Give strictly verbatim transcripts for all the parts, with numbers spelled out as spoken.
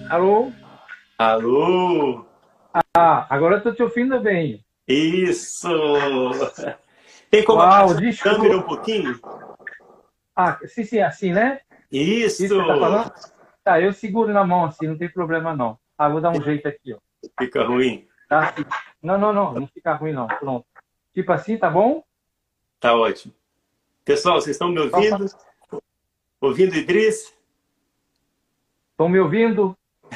Alô? Alô? Ah, agora eu tô te ouvindo bem. Isso! Tem como Uau, abaixar a câmera um desculpa. pouquinho? Ah, sim, sim, assim, né? Isso que você tá Isso! falando? Tá, eu seguro na mão assim, não tem problema não. Ah, vou dar um jeito aqui, ó. Fica ruim? Tá? Não, não, não, não fica ruim não. Pronto. Tipo assim, tá bom? Tá ótimo. Pessoal, vocês estão me ouvindo? Ouvindo Idris? Estão me ouvindo?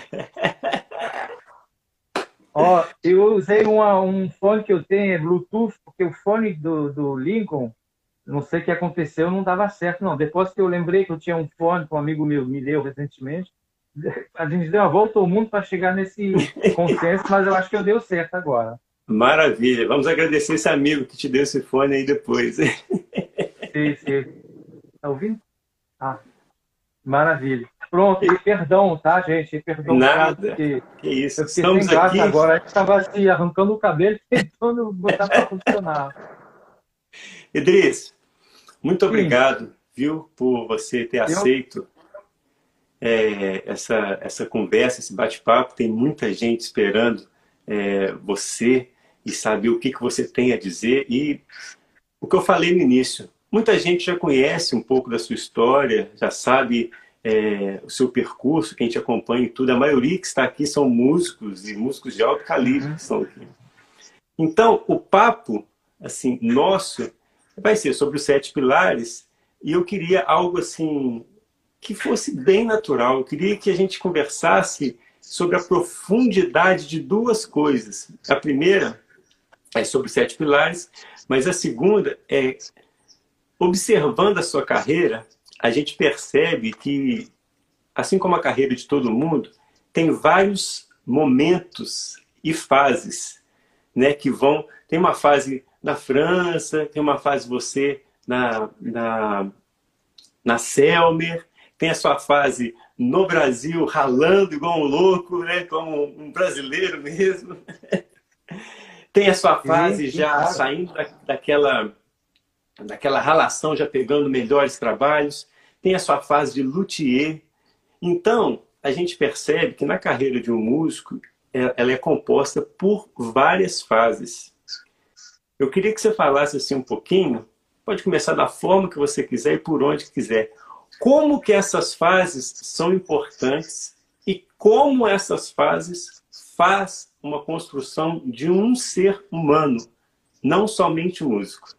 Ó, eu usei uma, um fone que eu tenho, é Bluetooth, porque o fone do, do Lincoln, não sei o que aconteceu, não dava certo, não. Depois que eu lembrei que eu tinha um fone que um amigo meu me deu recentemente, a gente deu uma volta ao mundo para chegar nesse consenso, mas eu acho que eu deu certo agora. Maravilha. Vamos agradecer esse amigo que te deu esse fone aí depois. Você, você tá ouvindo? Ah, maravilha. Pronto, e perdão, tá, gente? Perdão um bocado, Nada. porque Que isso. eu fiquei sem Estamos graça aqui. agora. A gente estava assim, arrancando o cabelo, tentando botar para funcionar. Idris, muito Sim, obrigado, viu, por você ter eu, aceito é, essa, essa conversa, esse bate-papo. Tem muita gente esperando é, você e saber o que, que você tem a dizer. E o que eu falei no início, muita gente já conhece um pouco da sua história, já sabe é, o seu percurso, quem te acompanha e tudo. A maioria que está aqui são músicos e músicos de alto calibre uhum. que estão aqui. Então, o papo assim nosso vai ser sobre os sete pilares e eu queria algo assim que fosse bem natural. Eu queria que a gente conversasse sobre a profundidade de duas coisas. A primeira é sobre os sete pilares, mas a segunda é, observando a sua carreira, a gente percebe que, assim como a carreira de todo mundo, tem vários momentos e fases, né, que vão... Tem uma fase na França, tem uma fase você na, na, na Selmer, tem a sua fase no Brasil, ralando igual um louco, né, como um brasileiro mesmo. Tem a sua Sim, fase sim, já claro. saindo da, daquela, daquela ralação, já pegando melhores trabalhos. Tem a sua fase de luthier. Então, a gente percebe que na carreira de um músico, é, ela é composta por várias fases. Eu queria que você falasse assim um pouquinho, pode começar da forma que você quiser e por onde quiser. Como que essas fases são importantes e como essas fases faz uma construção de um ser humano, não somente músico.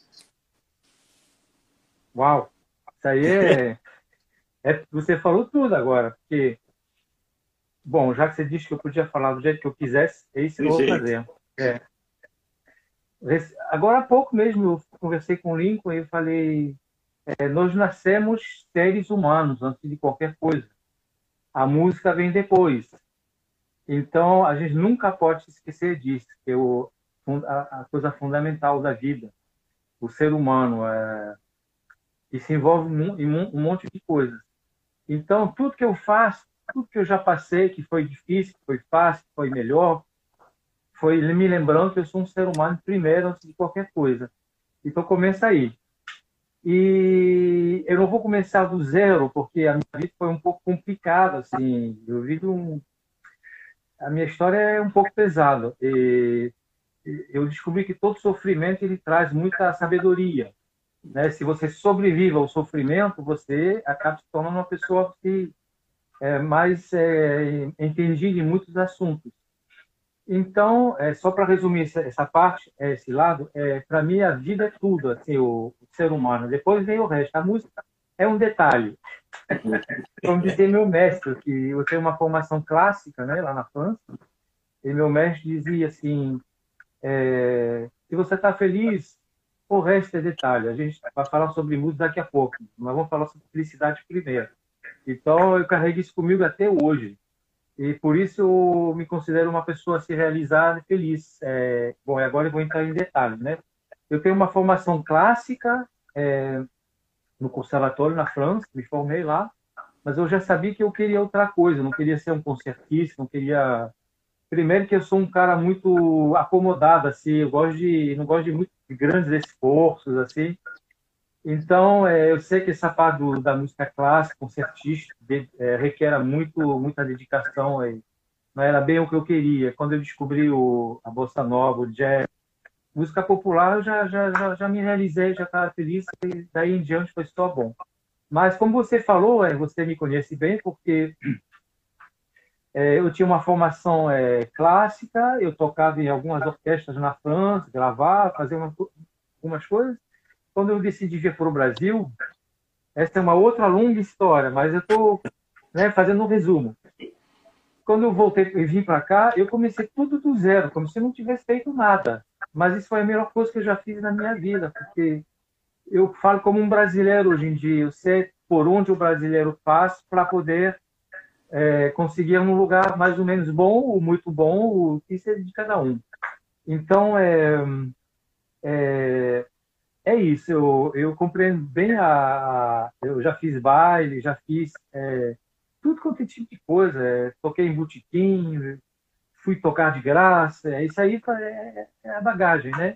Uau, isso aí é, é. Você falou tudo agora, porque, bom, já que você disse que eu podia falar do jeito que eu quisesse, é isso que Do eu vou jeito. fazer. É. Agora há pouco mesmo eu conversei com o Lincoln e eu falei: é, nós nascemos seres humanos antes de qualquer coisa. A música vem depois. Então a gente nunca pode se esquecer disso, que é o, a, a coisa fundamental da vida, o ser humano, é, e se envolve em um monte de coisas. Então tudo que eu faço, tudo que eu já passei, que foi difícil, que foi fácil, que foi melhor, foi me lembrando que eu sou um ser humano primeiro antes de qualquer coisa. Então começa aí. E eu não vou começar do zero, porque a minha vida foi um pouco complicada, assim. Eu vivo um... A minha história é um pouco pesada. E eu descobri que todo sofrimento ele traz muita sabedoria, né? Se você sobrevive ao sofrimento, você acaba se tornando uma pessoa que é mais é, entendida em muitos assuntos. Então, é, só para resumir essa, essa parte, é, esse lado, é, para mim a vida é tudo, assim, o, o ser humano. Depois vem o resto. A música é um detalhe. Como dizia meu mestre, que eu tenho uma formação clássica, né, lá na França, e meu mestre dizia assim: é, se você está feliz, o resto é detalhe. A gente vai falar sobre música daqui a pouco, mas vamos falar sobre felicidade primeiro. Então, eu carrego isso comigo até hoje. E por isso eu me considero uma pessoa se realizada e feliz. É, bom, agora eu vou entrar em detalhes, né? Eu tenho uma formação clássica é, no conservatório na França, me formei lá, mas eu já sabia que eu queria outra coisa, não queria ser um concertista, não queria... Primeiro que eu sou um cara muito acomodado, assim, eu gosto de, não gosto de muito de grandes esforços, assim, Então, é, eu sei que essa parte do, da música clássica, concertista, de, é, requer muito, muita dedicação. É, não era bem o que eu queria. Quando eu descobri o, a bossa nova, o jazz, música popular, eu já, já, já, já me realizei, já estava feliz, e daí em diante foi só bom. Mas, como você falou, é, você me conhece bem, porque é, eu tinha uma formação é, clássica, eu tocava em algumas orquestras na França, gravar, fazer uma, algumas coisas. Quando eu decidi vir para o Brasil, essa é uma outra longa história, mas eu estou, né, fazendo um resumo. Quando eu voltei e vim para cá, eu comecei tudo do zero, como se eu não tivesse feito nada. Mas isso foi a melhor coisa que eu já fiz na minha vida, porque eu falo como um brasileiro hoje em dia, eu sei por onde o brasileiro passa para poder é, conseguir um lugar mais ou menos bom ou muito bom, isso é de cada um. Então, é, é, é isso, eu, eu compreendo bem a... Eu já fiz baile, já fiz é, tudo quanto é tipo de coisa, é, toquei em botequim, fui tocar de graça, é, isso aí é, é a bagagem, né?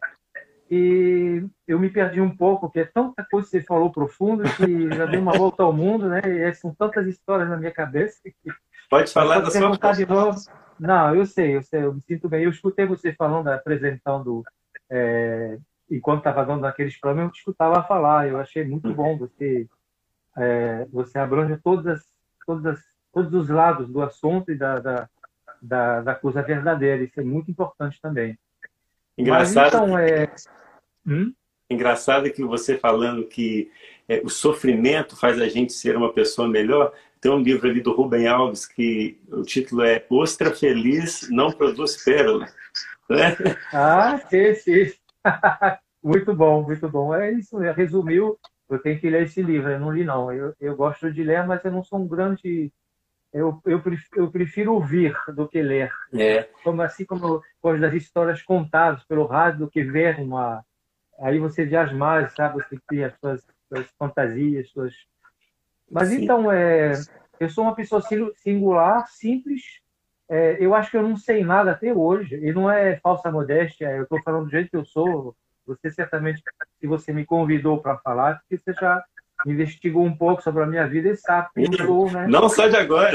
E eu me perdi um pouco, porque é tanta coisa que você falou profundo que já dei uma volta ao mundo, né? E são tantas histórias na minha cabeça que Pode mas falar pode da sua perguntar forma. de novo. Não, eu sei, eu sei, eu me sinto bem. Eu escutei você falando, apresentando, é, enquanto estava dando aqueles problemas, eu te escutava falar. Eu achei muito bom você, é, você abrange todas as, todas as, todos os lados do assunto e da, da, da, da coisa verdadeira. Isso é muito importante também. Mas Engraçado então, é, hum? Engraçado que você falando que é, o sofrimento faz a gente ser uma pessoa melhor. Tem um livro ali do Rubem Alves que o título é Ostra Feliz Não Produz Pérola. Né? Ah, sim, sim. Muito bom, muito bom. É isso, resumiu. Eu tenho que ler esse livro, eu não li não. Eu, eu gosto de ler, mas eu não sou um grande... Eu, eu, prefiro, eu prefiro ouvir do que ler. É, Como, assim como eu gosto das histórias contadas pelo rádio do que ver uma... Aí você viaja mais, sabe? Você cria as suas, suas fantasias, suas... Mas sim. então, é, eu sou uma pessoa singular, simples. É, eu acho que eu não sei nada até hoje. E não é falsa modéstia, eu estou falando do jeito que eu sou. Você certamente, se você me convidou para falar, porque você já investigou um pouco sobre a minha vida e sabe que eu sou, né? Não só de agora.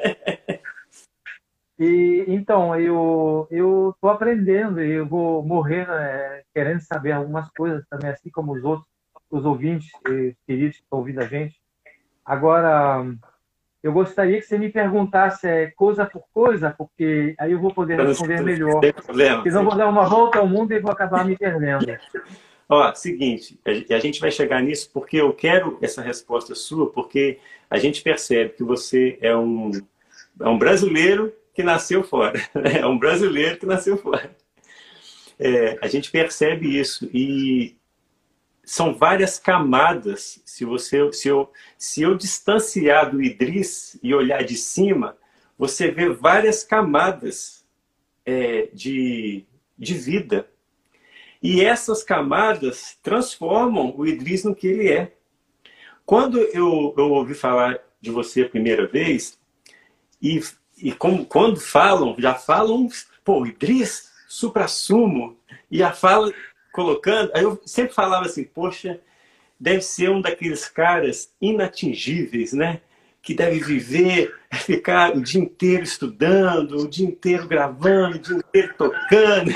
E então, eu eu estou aprendendo e eu vou morrer né, querendo saber algumas coisas também, assim como os outros, os ouvintes eh, queridos que estão ouvindo a gente. Agora, eu gostaria que você me perguntasse é, coisa por coisa, porque aí eu vou poder responder melhor. Sem problema. Senão eu Sem... vou dar uma volta ao mundo e vou acabar me perdendo. Ó, seguinte, a gente vai chegar nisso porque eu quero essa resposta sua, porque a gente percebe que você é um, é um brasileiro que nasceu fora. É um brasileiro que nasceu fora. É, a gente percebe isso e são várias camadas. Se você, se eu, se eu distanciar do Idris e olhar de cima, você vê várias camadas é, de, de vida. E essas camadas transformam o Idris no que ele é. Quando eu, eu ouvi falar de você a primeira vez, e, e como, quando falam, já falam, pô, Idris, suprassumo, e já fala colocando, aí eu sempre falava assim, poxa, deve ser um daqueles caras inatingíveis, né? Que deve viver, ficar o dia inteiro estudando, o dia inteiro gravando, o dia inteiro tocando.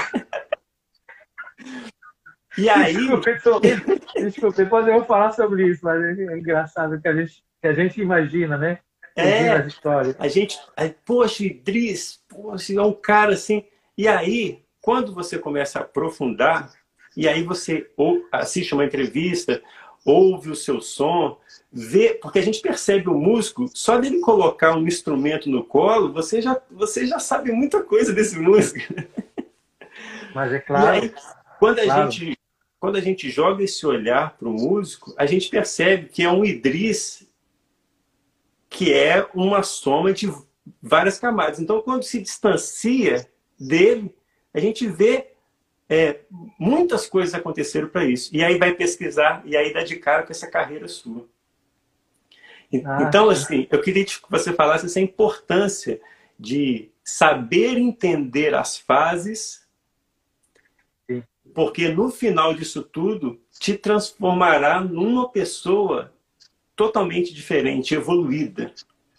E aí... Desculpe, desculpe, depois eu vou falar sobre isso, mas é engraçado que a gente, que a gente imagina, né? Ouvindo É, as histórias. a gente... Aí, poxa, Idris, poxa, é um cara assim... E aí, quando você começa a aprofundar, e aí você ou assiste uma entrevista, ouve o seu som, vê, porque a gente percebe o músico, só dele colocar um instrumento no colo, você já, você já sabe muita coisa desse músico. Mas é claro. E aí, quando a, claro. gente, quando a gente joga esse olhar para o músico, a gente percebe que é um Idris que é uma soma de várias camadas. Então, quando se distancia dele, a gente vê é, muitas coisas aconteceram para isso. E aí vai pesquisar, e aí dá de cara com essa carreira sua. Ah, então, assim, eu queria que você falasse essa importância de saber entender as fases sim. Porque no final disso tudo, te transformará numa pessoa totalmente diferente, evoluída.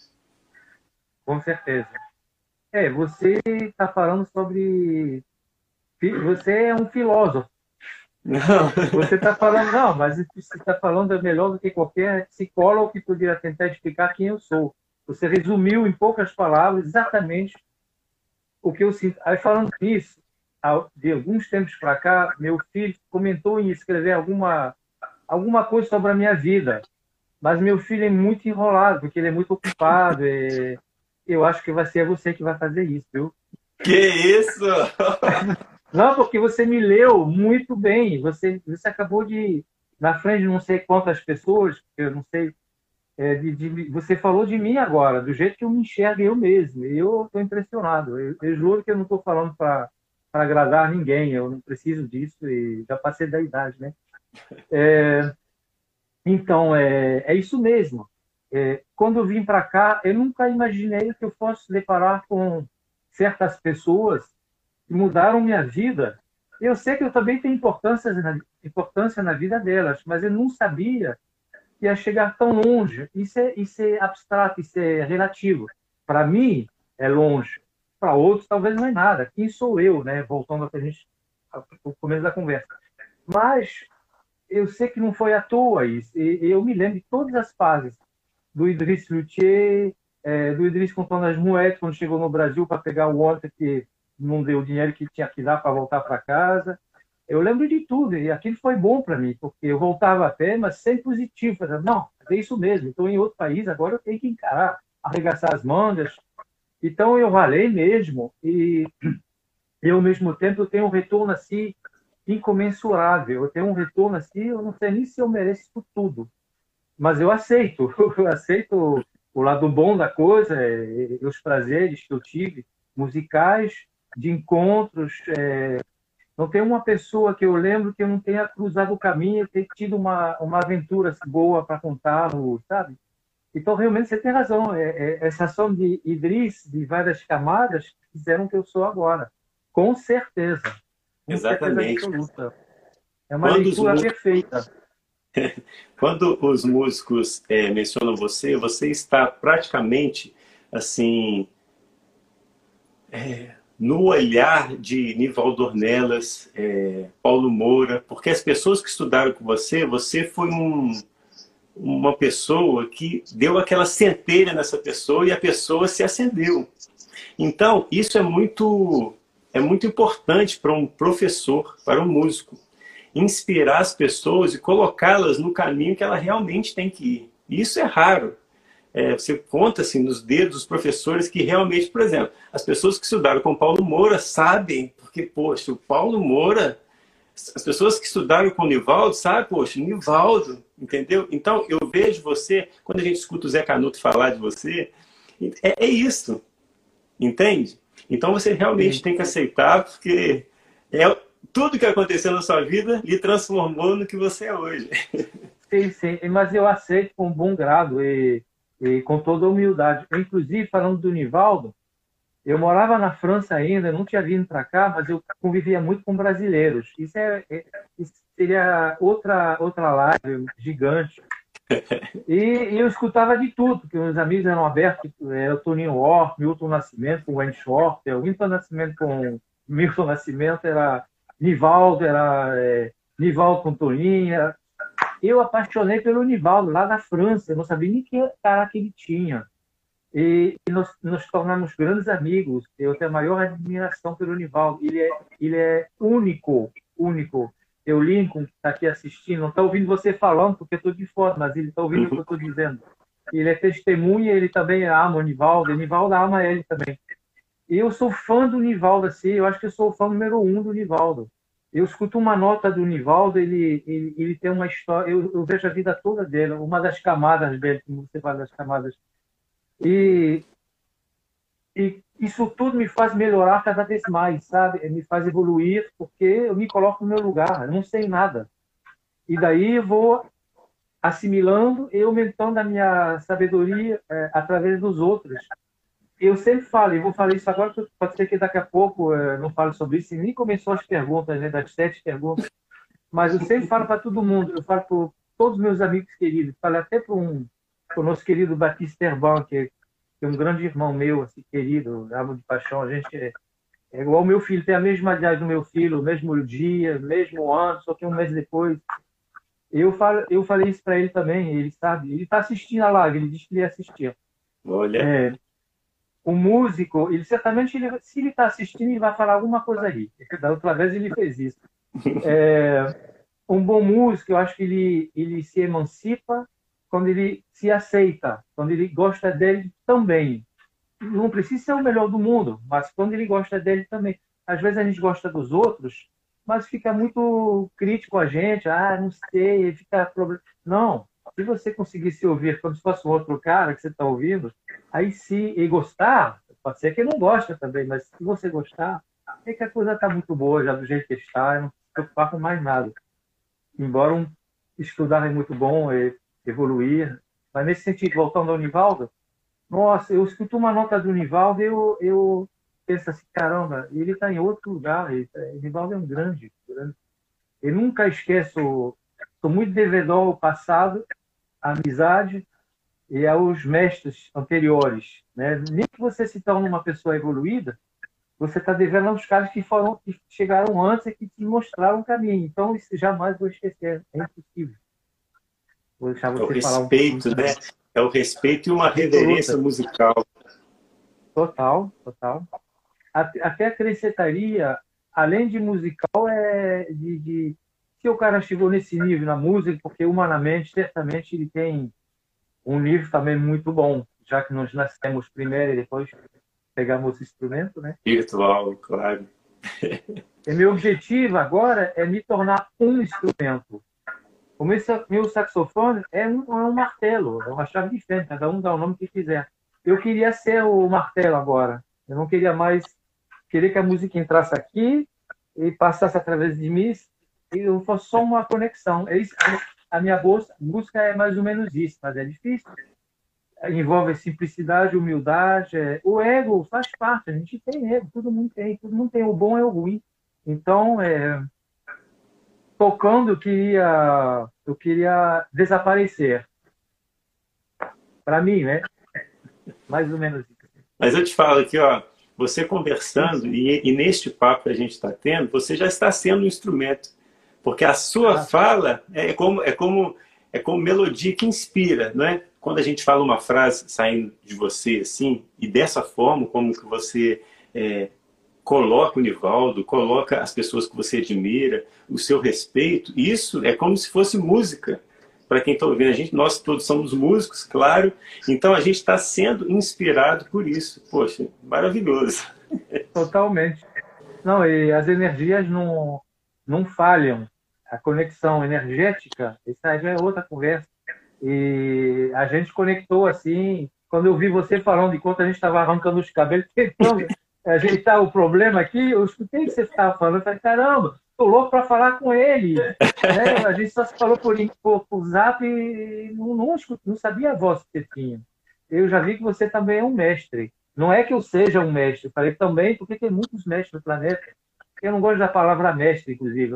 Com certeza. É, você está falando sobre... Você é um filósofo. Não. Você está falando... Não, mas você está falando é melhor do que qualquer psicólogo que poderia tentar explicar quem eu sou. Você resumiu em poucas palavras exatamente o que eu sinto. Aí, falando nisso, de alguns tempos para cá, meu filho comentou em escrever alguma, alguma coisa sobre a minha vida. Mas meu filho é muito enrolado, porque ele é muito ocupado. E eu acho que vai ser você que vai fazer isso, viu? Que isso? Não, porque você me leu muito bem. Você, você acabou de, na frente de não sei quantas pessoas, eu não sei, é, de, de, você falou de mim agora, do jeito que eu me enxergo eu mesmo. E eu estou impressionado. Eu, eu juro que eu não estou falando para agradar ninguém. Eu não preciso disso e já passei da idade, né? É, então, é, é isso mesmo. É, quando eu vim para cá, eu nunca imaginei que eu fosse deparar com certas pessoas que mudaram minha vida. Eu sei que eu também tenho importância na, importância na vida delas, mas eu não sabia que ia chegar tão longe. Isso é, isso é abstrato, isso é relativo. Para mim, é longe. Para outros, talvez não é nada. Quem sou eu, né? Voltando ao que a gente, ao começo da conversa. Mas eu sei que não foi à toa isso. E eu me lembro de todas as fases do Idriss Luthier, é, do Idriss contando as moedas quando chegou no Brasil para pegar o ônibus que não deu o dinheiro que tinha que dar para voltar para casa. Eu lembro de tudo e aquilo foi bom para mim, porque eu voltava a pé, mas sempre positivo. Falei, não, é isso mesmo, estou em outro país, agora eu tenho que encarar, arregaçar as mangas. Então eu ralei mesmo e, e ao mesmo tempo eu tenho um retorno assim incomensurável. Eu tenho um retorno assim, eu não sei nem se eu mereço isso tudo, mas eu aceito, eu aceito o lado bom da coisa, é, os prazeres que eu tive, musicais, de encontros. É, não tem uma pessoa que eu lembro que eu não tenha cruzado o caminho, ter tido uma, uma aventura assim, boa para contar, sabe? Então, realmente, você tem razão. É, é, essa ação de Idriss, de várias camadas, fizeram o que eu sou agora. Com certeza. Com Exatamente. certeza absoluta. É uma Quando os, leitura perfeita. Quando os músicos é, mencionam você, você está praticamente assim é, no olhar de Nivaldo Ornelas, é, Paulo Moura, porque as pessoas que estudaram com você, você foi um, uma pessoa que deu aquela centelha nessa pessoa e a pessoa se acendeu. Então, isso é muito, é muito importante para um professor, para um músico. Inspirar as pessoas e colocá-las no caminho que ela realmente tem que ir. E isso é raro. É, você conta assim, nos dedos dos professores que realmente, por exemplo, as pessoas que estudaram com Paulo Moura sabem, porque, poxa, o Paulo Moura, as pessoas que estudaram com o Nivaldo sabem, poxa, Nivaldo, entendeu? Então, eu vejo você, quando a gente escuta o Zé Canuto falar de você, é, é isso, entende? Então, você realmente Sim. tem que aceitar, porque é tudo que aconteceu na sua vida lhe transformou no que você é hoje. Sim, sim, mas eu aceito com bom grado e, e com toda humildade. Inclusive, falando do Nivaldo, eu morava na França ainda, não tinha vindo para cá, mas eu convivia muito com brasileiros. Isso, é, é, isso seria outra, outra live gigante. E, e eu escutava de tudo, porque meus amigos eram abertos, é, o Toninho Orff, Milton Nascimento com Wayne Shorter, o Milton Nascimento com Milton Nascimento, era Nivaldo, era é, Nivaldo com Toninho. Eu apaixonei pelo Nivaldo lá na França, eu não sabia nem que cara que ele tinha. E, e nós nos tornamos grandes amigos. Eu tenho a maior admiração pelo Nivaldo. Ele é, ele é único, único. Eu, Lincoln, que está aqui assistindo, não está ouvindo você falando, porque eu estou de fora, mas ele está ouvindo o que eu estou dizendo. Ele é testemunha, ele também ama o Nivaldo, e o Nivaldo ama ele também. E eu sou fã do Nivaldo, assim, eu acho que eu sou o fã número um do Nivaldo. Eu escuto uma nota do Nivaldo, ele, ele, ele tem uma história, eu, eu vejo a vida toda dele, uma das camadas dele, como você fala das camadas. E, e isso tudo me faz melhorar cada vez mais, sabe? Me faz evoluir, porque eu me coloco no meu lugar, eu não sei nada. E daí eu vou assimilando e aumentando a minha sabedoria é, através dos outros. eu sempre falo, e vou falar isso agora, porque pode ser que daqui a pouco eu não fale sobre isso, e nem começou as perguntas, né, das sete perguntas, mas eu sempre falo para todo mundo, eu falo para todos os meus amigos queridos, falo até para um, o nosso querido Batista Herban, que é, que é um grande irmão meu, assim, querido, amo de paixão, a gente é, é igual ao meu filho, tem a mesma idade do meu filho, o mesmo dia, mesmo ano, só que um mês depois. Eu, falo, eu falei isso para ele também, ele sabe, ele está assistindo a live, ele disse que ele ia assistir. Olha. É, o músico, ele certamente, ele, se ele está assistindo, ele vai falar alguma coisa aí. Da outra vez ele fez isso. É, um bom músico, eu acho que ele, ele se emancipa quando ele se aceita, quando ele gosta dele também. Não precisa ser o melhor do mundo, mas quando ele gosta dele também. Às vezes a gente gosta dos outros, mas fica muito crítico a gente. Ah, não sei, fica problema. Não, se você conseguir se ouvir como se fosse um outro cara que você está ouvindo, aí se e gostar, pode ser que ele não gosta também, mas se você gostar, é que a coisa está muito boa já do jeito que está, eu não se preocupar com mais nada. Embora um estudar é muito bom, é evoluir, mas nesse sentido, voltando ao Nivaldo, nossa, eu escuto uma nota do Nivaldo e eu, eu penso assim, caramba, ele está em outro lugar, ele, o Nivaldo é um grande, grande. Eu nunca esqueço, sou muito devedor ao passado, à amizade e aos mestres anteriores, né? Nem que você se torne uma pessoa evoluída, você está devendo aos caras que, foram, que chegaram antes e que te mostraram o caminho. Então, isso jamais vou esquecer, é impossível. Vou deixar você é o falar respeito, um pouco. né? É o respeito e uma reverência musical. Total, total. Até acrescentaria, além de musical, é de, de se o cara chegou nesse nível na música, porque humanamente, certamente, ele tem um nível também muito bom, já que nós nascemos primeiro e depois pegamos o instrumento, né? Virtual, claro. E meu objetivo agora é me tornar um instrumento. O meu, meu saxofone é um, é um martelo, é uma chave de fenda, cada um dá o nome que quiser. Eu queria ser o martelo agora. Eu não queria mais querer que a música entrasse aqui e passasse através de mim e eu fosse só uma conexão. É isso, a minha busca é mais ou menos isso, mas é difícil. Envolve simplicidade, humildade. É... O ego faz parte, a gente tem ego, todo mundo tem, todo mundo tem o bom e o ruim. Então, é... tocando, eu queria, eu queria desaparecer. Para mim, né? Mais ou menos isso. Mas eu te falo aqui, ó, você conversando e, e neste papo que a gente está tendo, você já está sendo um instrumento. Porque a sua ah, fala é como, é, como, é como melodia que inspira, não é? Quando a gente fala uma frase saindo de você assim, e dessa forma, como que você é, coloca o Nivaldo, coloca as pessoas que você admira, o seu respeito, isso é como se fosse música. Para quem está ouvindo, a gente, nós todos somos músicos, claro, então a gente está sendo inspirado por isso. Poxa, maravilhoso. Totalmente. Não, e as energias não, não falham. A conexão energética, isso aí já é outra conversa. E a gente conectou assim, quando eu vi você falando de quanto a gente estava arrancando os cabelos, tentando ajeitar o problema aqui, eu escutei o que você estava falando, eu falei, caramba, estou louco para falar com ele. Né? A gente só se falou por, por, por zap e não, não, não sabia a voz que você tinha. Eu já vi que você também é um mestre. Não é que eu seja um mestre, eu falei também, porque tem muitos mestres no planeta. Eu não gosto da palavra mestre, inclusive.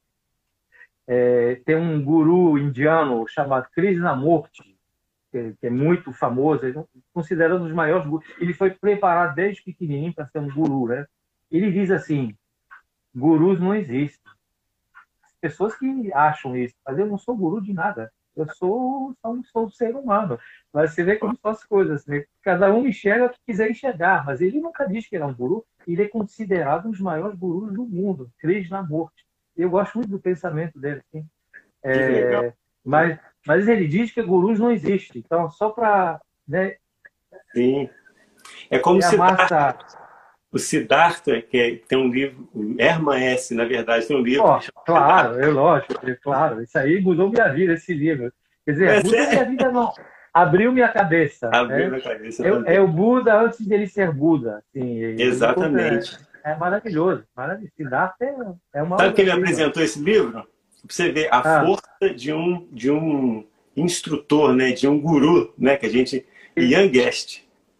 É, tem um guru indiano chamado Krishnamurti, que, que é muito famoso, considerado um dos maiores gurus. Ele foi preparado desde pequenininho para ser um guru, né? Ele diz assim, gurus não existem. As pessoas que acham isso, mas eu não sou guru de nada. Eu sou, sou, sou um ser humano. Mas você vê como são as coisas, né? Cada um enxerga o que quiser enxergar, mas ele nunca disse que era um guru. Ele é considerado um dos maiores gurus do mundo, Krishnamurti. Eu gosto muito do pensamento dele. Assim. É, mas, mas ele diz que gurus não existem. Então, só para... Né, sim. É como se massa... o Siddhartha, que é, tem um livro, o Hermann Hesse, na verdade, tem um livro... Oh, claro, é lógico, é claro. Isso aí mudou minha vida, esse livro. Quer dizer, é, mudou é. minha vida, não. Abriu minha cabeça. Abriu né? minha cabeça. É, é o Buda antes dele ser Buda. Assim, exatamente. É, é maravilhoso. maravilhoso. Siddhartha é, é uma... Sabe quem me apresentou esse livro? Pra você ver a ah. força de um, de um instrutor, né? De um guru, né? Que a gente... Ian Guest.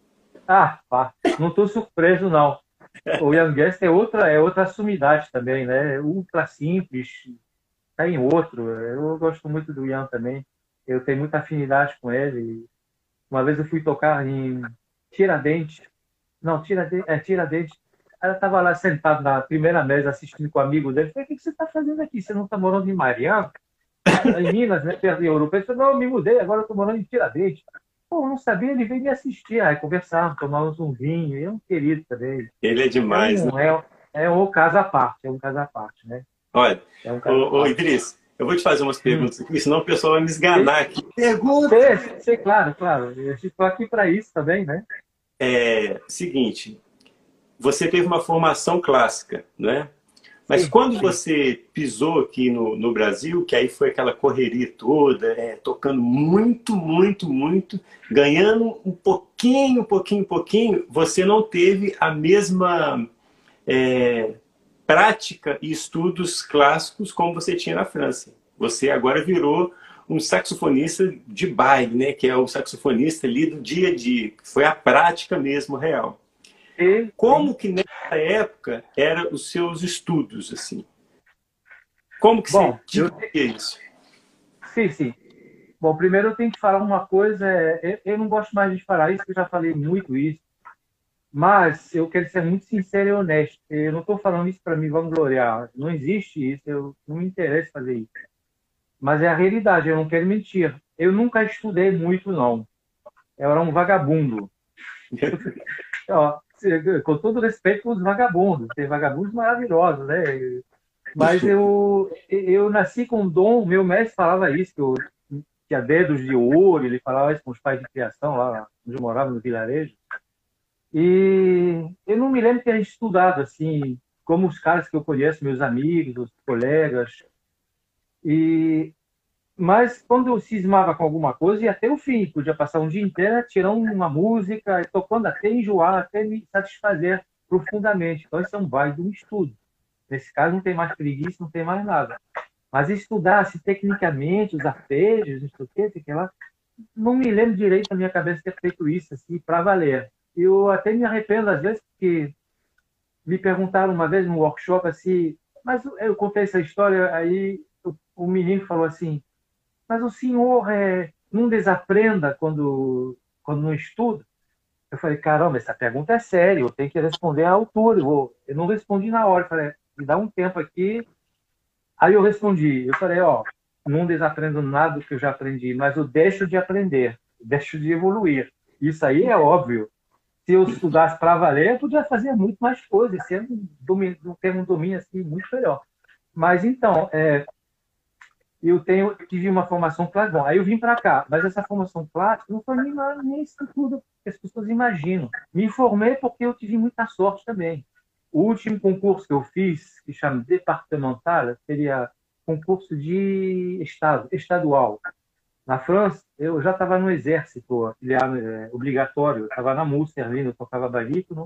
Ah, pá, não estou surpreso, não. O Ian Guest é outra, é outra sumidade também, né? Ultra simples, tá em outro. Eu gosto muito do Ian também. Eu tenho muita afinidade com ele. Uma vez eu fui tocar em Tiradentes. Não, Tiradentes, é Tiradentes. Ela estava lá sentado na primeira mesa assistindo com o amigo dele. Eu falei, o que você está fazendo aqui? Você não está morando em Mariana? Em Minas, né? Perto de Europa. Ele falou, não, eu me mudei, agora eu estou morando em Tiradentes. Pô, eu não sabia, ele veio me assistir. Aí conversávamos, tomávamos um vinho. E é um querido também. Ele é É demais, né? um, é, é um caso à parte, é um caso à parte, né? Olha, É um caso à ô, ô parte. Idris, eu vou te fazer umas Hum. perguntas aqui, senão o pessoal vai me esganar aqui. Pergunta! Sei, sei, claro, claro. Eu estou aqui para isso também, né? É, seguinte, você teve uma formação clássica, né? Mas Sim, quando sim. você pisou aqui no, no Brasil, que aí foi aquela correria toda, é, tocando muito, muito, muito, ganhando um pouquinho, pouquinho, pouquinho, você não teve a mesma é, prática e estudos clássicos como você tinha na França. Você agora virou um saxofonista de baile, né? Que é o saxofonista ali do dia a dia, que foi a prática mesmo real. E, Como sim. que nessa época eram os seus estudos, assim? Como que você Bom, eu, dividia isso? sim, sim. Bom, primeiro eu tenho que falar uma coisa. é, Eu, eu não gosto mais de falar isso, porque eu já falei muito isso. Mas eu quero ser muito sincero e honesto. Eu não estou falando isso para me vangloriar. Não existe isso. Eu não me interessa fazer isso. Mas é a realidade. Eu não quero mentir. Eu nunca estudei muito, não. Eu era um vagabundo. Ó, com todo respeito com os vagabundos, tem vagabundos maravilhosos, né? Mas eu, eu nasci com um dom, meu mestre falava isso, que eu tinha dedos de ouro, ele falava isso com os pais de criação, lá onde eu morava, no vilarejo. E eu não me lembro de ter estudado assim, como os caras que eu conheço, meus amigos, os colegas. E Mas quando eu cismava com alguma coisa, ia até o fim. Podia passar um dia inteiro tirando uma música, tocando até enjoar, até me satisfazer profundamente. Então, isso é um baile de um estudo. Nesse caso, não tem mais preguiça, não tem mais nada. Mas estudar assim, tecnicamente, os arpejos, não sei o quê, sei que lá, não me lembro direito na minha cabeça ter feito isso assim, para valer. Eu até me arrependo, às vezes, porque me perguntaram uma vez num workshop assim, mas eu contei essa história, aí o, o menino falou assim, mas o senhor é, não desaprenda quando, quando não estuda? Eu falei, caramba, essa pergunta é séria, eu tenho que responder à altura. Eu, vou... eu não respondi na hora, eu falei, me dá um tempo aqui. Aí eu respondi, eu falei, ó, não desaprendo nada do que eu já aprendi, mas eu deixo de aprender, deixo de evoluir. Isso aí é óbvio. Se eu estudasse para valer, eu podia fazer muito mais coisas, sendo um, domínio, ter um domínio assim, muito melhor. Mas então, é, eu tenho, eu tive uma formação clássica. Bom, aí eu vim para cá, mas essa formação clássica não foi nem, nem isso tudo que as pessoas imaginam. Me formei porque eu tive muita sorte também. O último concurso que eu fiz, que chama departamental, seria concurso de estado, estadual. Na França, eu já estava no exército, é, obrigatório. Eu estava na Múrcia, eu tocava barítono.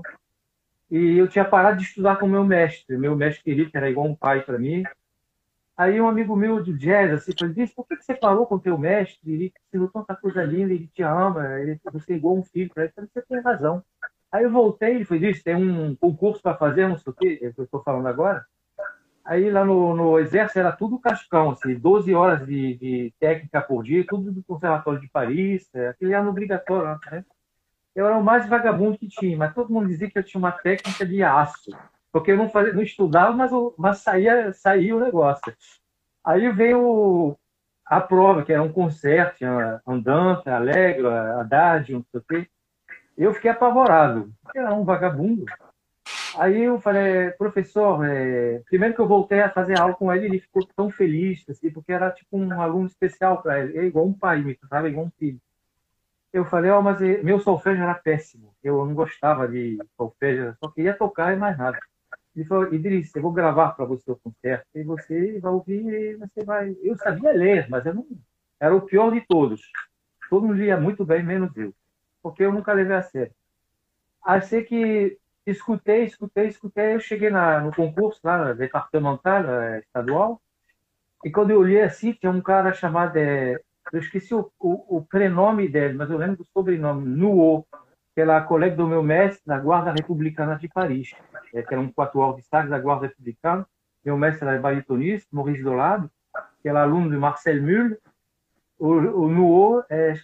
E eu tinha parado de estudar com o meu mestre. Meu mestre querido, que era igual um pai para mim. Aí um amigo meu de jazz, assim, falou, disse, por que você falou com o teu mestre? Ele te ensinou tanta coisa linda, ele te ama, ele, você é igual um filho para ele. Eu falei, você tem razão. Aí eu voltei, ele falou, disse, tem um concurso para fazer, não sei o quê, é o que eu estou falando agora. Aí lá no, no Exército era tudo cascão, assim, doze horas de, de técnica por dia, tudo do Conservatório de Paris, é, aquele ano obrigatório, né? Eu era o mais vagabundo que tinha, mas todo mundo dizia que eu tinha uma técnica de aço, porque eu não, fazia, não estudava, mas, mas saía, saía o negócio. Aí veio a prova, que era um concerto, tinha Andante, Allegro, Adagio, não sei o quê. Eu fiquei apavorado, porque era um vagabundo. Aí eu falei, professor, é... primeiro que eu voltei a fazer aula com ele, ele ficou tão feliz, assim, porque era tipo um aluno especial para ele, é igual um pai, me tratava igual um filho. Eu falei, ó, oh, mas meu solfejo era péssimo, eu não gostava de solfejo, só queria tocar e mais nada. Ele falou, Idris, eu vou gravar para você o concerto, e você vai ouvir e você vai... Eu sabia ler, mas eu não... Era o pior de todos. Todo mundo lia muito bem, menos eu, porque eu nunca levei a sério. Aí sei que escutei, escutei, escutei, eu cheguei na, no concurso, lá, departamental, estadual, e quando eu olhei assim, tinha um cara chamado... É, eu esqueci o, o, o prenome dele, mas eu lembro do sobrenome, Nuo. que ela é colega do meu mestre na Guarda Republicana de Paris, é, que era um quatuor de estágio da Guarda Republicana. Meu mestre era baritonista, Maurice Dolado, que era aluno de Marcel Mulle. O, o Nuo, é,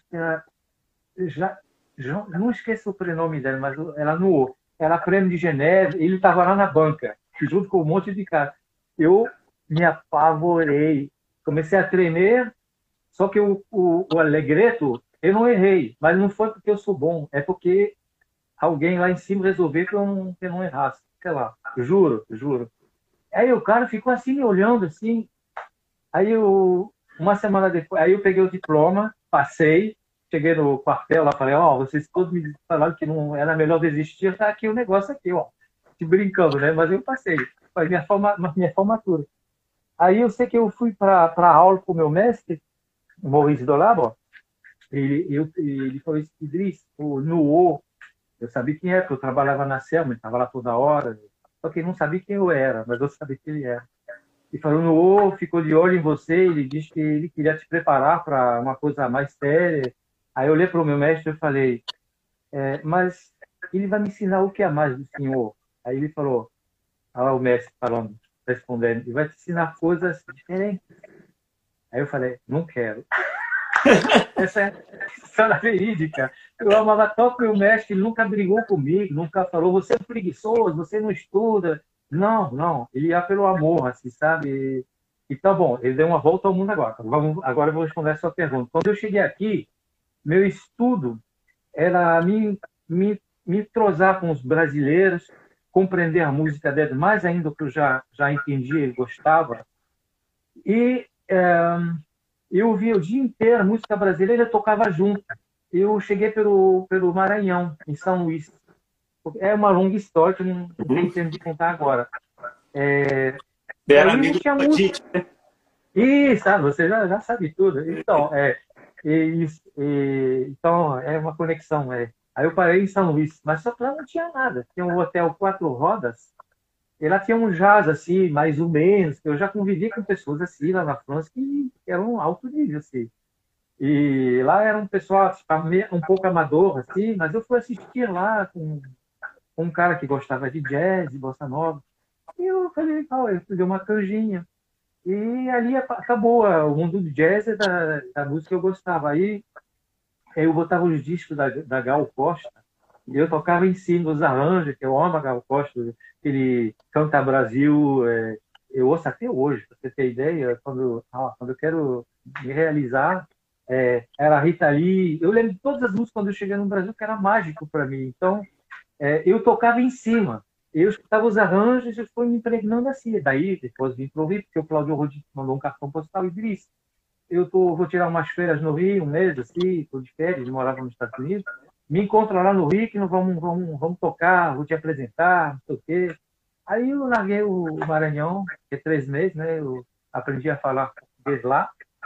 já, já, não esqueço o prenome dela, mas ela Nuo, era prêmio de Geneve, ele estava lá na banca, junto com um monte de cara. Eu me apavorei, comecei a tremer, só que o, o, o Allegretto, eu não errei, mas não foi porque eu sou bom, é porque alguém lá em cima resolveu que eu não, que eu não errasse, sei lá, juro, juro. Aí o cara ficou assim me olhando, assim, aí eu, uma semana depois, aí eu peguei o diploma, passei, cheguei no quartel lá, falei, ó, oh, vocês todos me falaram que não era melhor desistir, tá aqui o negócio aqui, ó, te brincando, né, mas eu passei, foi minha, forma, minha formatura. Aí eu sei que eu fui para a aula com o meu mestre, o Maurice Dolabo, ele, eu, ele falou, Idriss, o Nuo, eu sabia quem era, porque eu trabalhava na Selma, ele estava lá toda hora, só que ele não sabia quem eu era, mas eu sabia quem ele era. E falou, Nuo, ficou de olho em você, ele disse que ele queria te preparar para uma coisa mais séria. Aí eu olhei para o meu mestre e falei, é, mas ele vai me ensinar o que é mais do senhor? Aí ele falou, ah, o mestre falando, respondendo, ele vai te ensinar coisas diferentes. Aí eu falei, não quero. Essa é a história verídica. Eu amava tanto meu mestre, ele nunca brigou comigo, nunca falou, você é um preguiçoso, você não estuda. Não, não, ele ia pelo amor, assim, sabe? Então, bom, ele deu uma volta ao mundo agora. Vamos, agora eu vou responder a sua pergunta. Quando eu cheguei aqui, meu estudo era me, me, me entrosar com os brasileiros, compreender a música deles, mais ainda do que eu já, já entendia e gostava. E é, eu ouvia o dia inteiro música brasileira, eu tocava junto. Eu cheguei pelo, pelo Maranhão, em São Luís. É uma longa história que eu não, não tenho tempo de contar agora. É, Era aí não amigo tinha do música. Tite, né? Ih, sabe, você já, já sabe tudo. Então, é, e, e, então, é uma conexão. É. Aí eu parei em São Luís, mas só que lá não tinha nada. Tinha um hotel quatro rodas, e lá tinha um jazz, assim, mais ou menos. Eu já convivi com pessoas assim lá na França que eram alto nível, assim. E lá era um pessoal um pouco amador, assim, mas eu fui assistir lá com um cara que gostava de jazz, de bossa nova. E eu falei, oh, eu dei uma canjinha. E ali acabou o mundo do jazz e da, da música que eu gostava. Aí eu botava os discos da, da Gal Costa e eu tocava em cima dos arranjos, que eu amo a Gal Costa, ele canta Brasil, é, eu ouço até hoje, para você ter ideia, quando, ah, quando eu quero me realizar, é, era a Rita Lee, eu lembro de todas as músicas quando eu cheguei no Brasil, que era mágico para mim. Então, é, eu tocava em cima, eu escutava os arranjos e fui me impregnando assim. Daí, depois vim para o Rio, porque o Cláudio Rodrigues mandou um cartão postal e disse, eu tô, vou tirar umas férias no Rio, um mês assim, estou de férias, eu morava nos Estados Unidos, me encontra lá no Rio, que nós vamos, vamos, vamos tocar, vou te apresentar, não sei o quê. Aí eu larguei o Maranhão, que é três meses, né? Eu aprendi a falar português lá.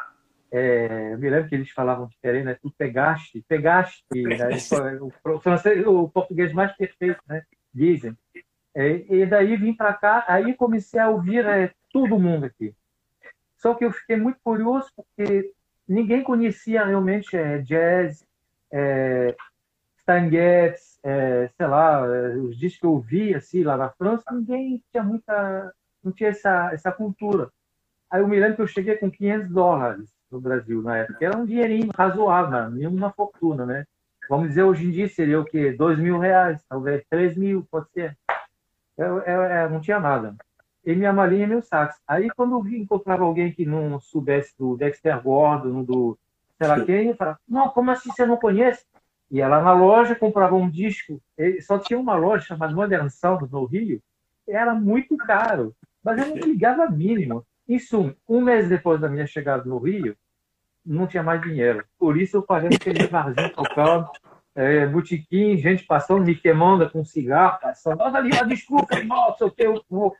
É, eu me lembro que eles falavam diferente, né? Tu pegaste, pegaste, né? o, o, francês, o português mais perfeito, né? Dizem. É, e daí vim para cá, aí comecei a ouvir é, todo mundo aqui. Só que eu fiquei muito curioso porque ninguém conhecia realmente é, jazz, é, Stan Getz, é, sei lá, é, os discos que eu ouvia assim, lá na França, ninguém tinha muita, não tinha essa, essa cultura. Aí eu me lembro que eu cheguei com quinhentos dólares no Brasil na época, era um dinheirinho razoável, nenhuma fortuna, né? Vamos dizer, hoje em dia seria o quê? Dois mil reais, talvez três mil, pode ser. Eu, eu, eu não tinha nada. E minha malinha e meu sax. Aí, quando eu vi, encontrava alguém que não soubesse do Dexter Gordon, do sei lá quem, eu falava, não, como assim você não conhece? Ia lá na loja, comprava um disco. Ele só tinha uma loja chamada Modern Sound no Rio. Era muito caro, mas eu não ligava mínimo. Isso, um mês depois da minha chegada no Rio, não tinha mais dinheiro. Por isso eu parei naquele barzinho tocando, é, botequim, gente passando, me queimando com cigarro, passando. Olha ali, ó, desculpa, irmão, não sei o que, eu vou.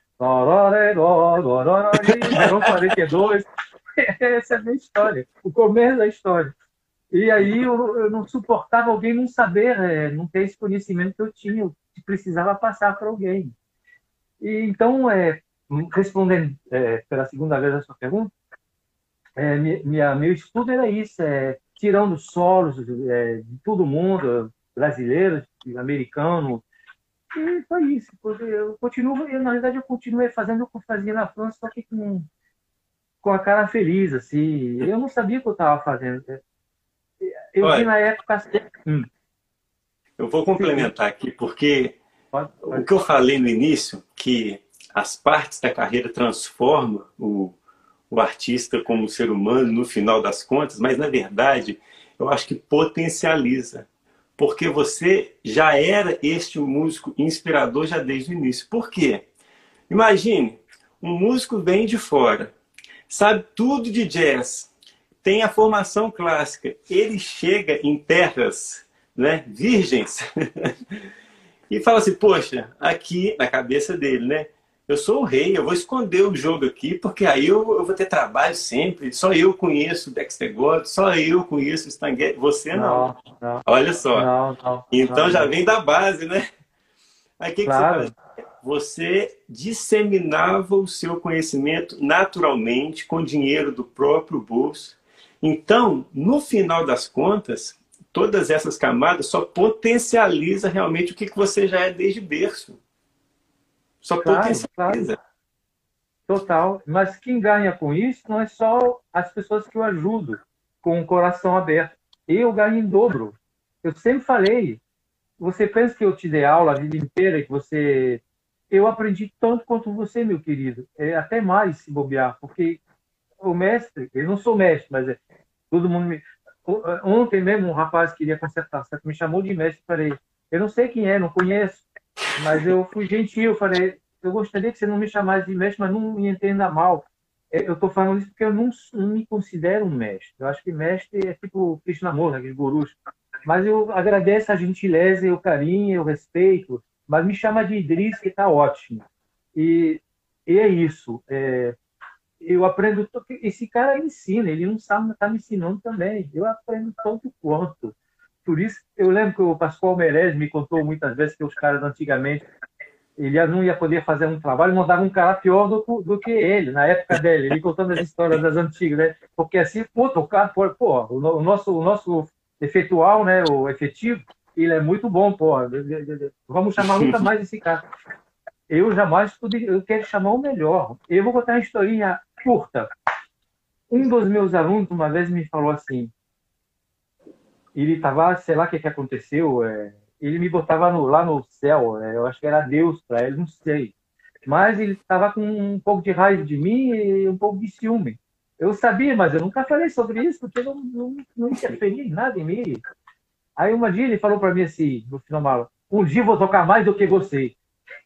Verão quarenta e dois. Essa é a minha história, o começo da história. E aí eu, eu não suportava alguém não saber, é, não ter esse conhecimento que eu tinha, eu precisava passar para alguém. E, então, é, respondendo é, pela segunda vez a sua pergunta, é, minha, meu estudo era isso, é, tirando solos é, de todo mundo. brasileiros, americanos. E foi isso. Eu continuo, eu, na verdade, eu continuei fazendo o que eu fazia na França, só que com, com a cara feliz, assim. Eu não sabia o que eu estava fazendo. Eu vi Olha, na época... Hum, eu vou sim, complementar aqui, porque pode, o pode que eu falar. falei no início, que as partes da carreira transformam o, o artista como ser humano no final das contas, mas na verdade eu acho que potencializa, porque você já era este músico inspirador já desde o início. Por quê? Imagine, um músico vem de fora, sabe tudo de jazz, tem a formação clássica, ele chega em terras, né, virgens e fala assim, poxa, aqui na cabeça dele, né? Eu sou o rei, eu vou esconder o jogo aqui, porque aí eu, eu vou ter trabalho sempre. Só eu conheço o Dexter Gordon, só eu conheço o Stan Getz. Você não. Não, não, Olha só. não, não, Então não, já não. vem da base, né? Aí o que, que você faz? Claro, Você disseminava o seu conhecimento naturalmente, com dinheiro do próprio bolso. Então, no final das contas, todas essas camadas só potencializa realmente o que que você já é desde berço. Só claro, claro. potencializa. Total. Mas quem ganha com isso não é só as pessoas que eu ajudo, com o coração aberto. Eu ganho em dobro. Eu sempre falei, você pensa que eu te dei aula a vida inteira, que você... Eu aprendi tanto quanto você, meu querido. É, até mais, se bobear, porque o mestre, eu não sou mestre, mas é, todo mundo me... Ontem mesmo um rapaz queria consertar, só que me chamou de mestre, falei, eu não sei quem é, não conheço, mas eu fui gentil, falei, eu gostaria que você não me chamasse de mestre, mas não me entenda mal. É, eu estou falando isso porque eu não, não me considero um mestre. Eu acho que mestre é tipo Krishnamurti, aqueles gurus. Mas eu agradeço a gentileza, o carinho, o respeito, mas me chama de Idris, que está ótimo. E, e é isso. É, eu aprendo. Esse cara me ensina, ele não sabe, está me ensinando também. Eu aprendo tanto quanto. Por isso, eu lembro que o Pascoal Meirelles me contou muitas vezes que os caras antigamente ele não ia poder fazer um trabalho, mandava um cara pior do, do que ele, na época dele, ele contando as histórias das antigas, né? Porque assim, puta, o cara, pô, pô, o nosso, o nosso efetual, né, o efetivo, ele é muito bom, pô, vamos chamar nunca mais esse cara. Eu jamais poderia, eu quero chamar o melhor. Eu vou contar uma historinha curta. Um dos meus alunos uma vez me falou assim, ele estava, sei lá o que, que aconteceu, é, ele me botava no, lá no céu, é, eu acho que era Deus para ele, não sei. Mas ele estava com um pouco de raiva de mim e um pouco de ciúme. Eu sabia, mas eu nunca falei sobre isso, porque não, não, não interferia em nada em mim. Aí uma dia ele falou para mim assim, no final da aula, um dia eu vou tocar mais do que você.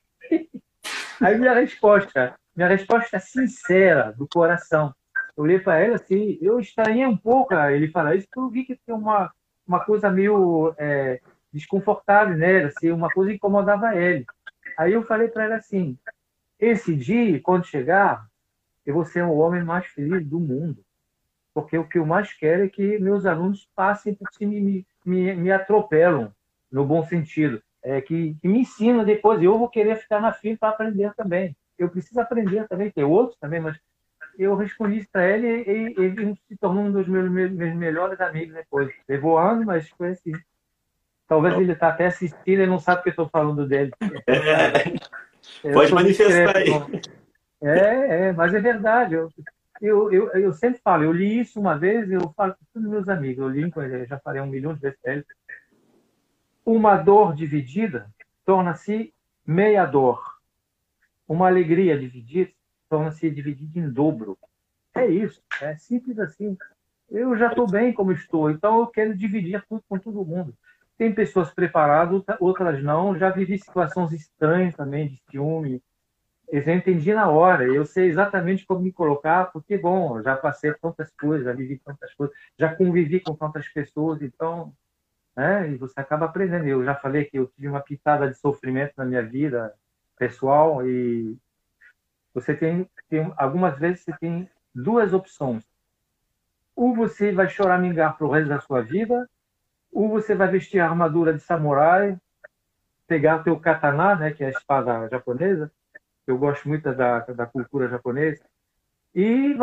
Aí minha resposta, minha resposta é sincera, do coração. Eu olhei para ela assim, eu estranhei um pouco ele falar isso, porque eu vi que tem uma, uma coisa meio é, desconfortável nela, assim, uma coisa que incomodava ele. Aí eu falei para ela assim, esse dia, quando chegar, eu vou ser o homem mais feliz do mundo, porque o que eu mais quero é que meus alunos passem por cima e me, me, me atropelam, no bom sentido, é, que, que me ensinam depois, eu vou querer ficar na fila para aprender também. Eu preciso aprender também, tem outros também, mas eu respondi isso para ele e ele se tornou um dos meus, meus, meus melhores amigos depois. Levou anos, mas foi assim. Talvez ele está até assistindo e não sabe que eu estou falando dele. É, Eu pode sou manifestar discreto. aí. Não. É, é, mas é verdade. Eu, eu, eu, eu sempre falo, eu li isso uma vez, eu falo com todos os meus amigos, eu li, eu já falei um milhão de vezes para eles. Uma dor dividida torna-se meia dor. Uma alegria dividida torna-se dividida em dobro. É isso, é simples assim. Eu já estou bem como estou, então eu quero dividir tudo com todo mundo. Tem pessoas preparadas, outras não. Já vivi situações estranhas também, de ciúme. Eu já entendi na hora, eu sei exatamente como me colocar, porque, bom, eu já passei tantas coisas, já vivi tantas coisas, já convivi com tantas pessoas, então, né, e você acaba aprendendo. Eu já falei que eu tive uma pitada de sofrimento na minha vida pessoal e você tem, tem algumas vezes você tem duas opções. Ou você vai choramingar para o resto da sua vida, ou você vai vestir a armadura de samurai, pegar o teu katana, né, que é a espada japonesa, eu gosto muito da, da cultura japonesa, e vai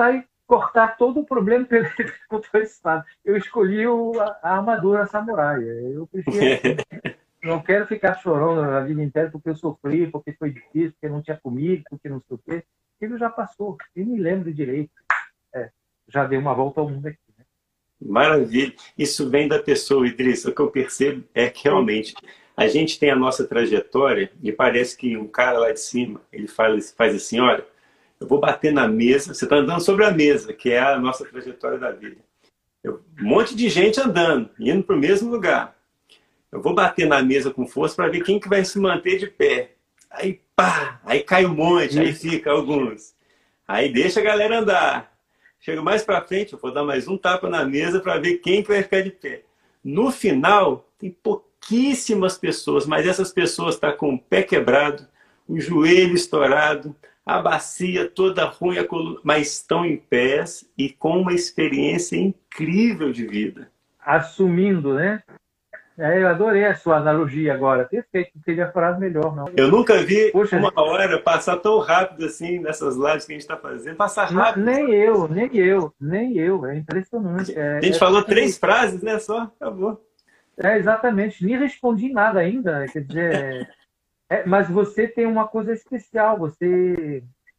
cortar todo o problema que ele contra esse lado. Eu escolhi o, a, a armadura samurai. Eu prefiro assim. Não quero ficar chorando a vida inteira porque eu sofri, porque foi difícil, porque não tinha comido, porque não sei o quê. Aquilo já passou. Eu me lembro direito. É, já dei uma volta ao mundo aqui. Né? Maravilha. Isso vem da pessoa, Idris. O que eu percebo é que realmente a gente tem a nossa trajetória e parece que um cara lá de cima, ele faz, faz assim, olha, eu vou bater na mesa, você está andando sobre a mesa, que é a nossa trajetória da vida. Eu, um monte de gente andando, indo para o mesmo lugar. Eu vou bater na mesa com força para ver quem que vai se manter de pé. Aí pá, aí cai um monte, aí fica alguns. Aí deixa a galera andar. Chega mais para frente, eu vou dar mais um tapa na mesa para ver quem que vai ficar de pé. No final, tem pouquíssimas pessoas, mas essas pessoas estão com o pé quebrado, o joelho estourado, a bacia toda ruim, a coluna, mas estão em pés e com uma experiência incrível de vida. Assumindo, né? É, eu adorei a sua analogia agora. Perfeito, não teria falado melhor, não. Eu nunca vi Poxa, uma hora passar tão rápido assim nessas lives que a gente está fazendo. Passar rápido. Nem eu, nem eu, nem eu. É impressionante. É, a gente é, falou é, três frases, né? Só, acabou. É, exatamente. Nem respondi nada ainda. Quer dizer, é, mas você tem uma coisa especial. Você,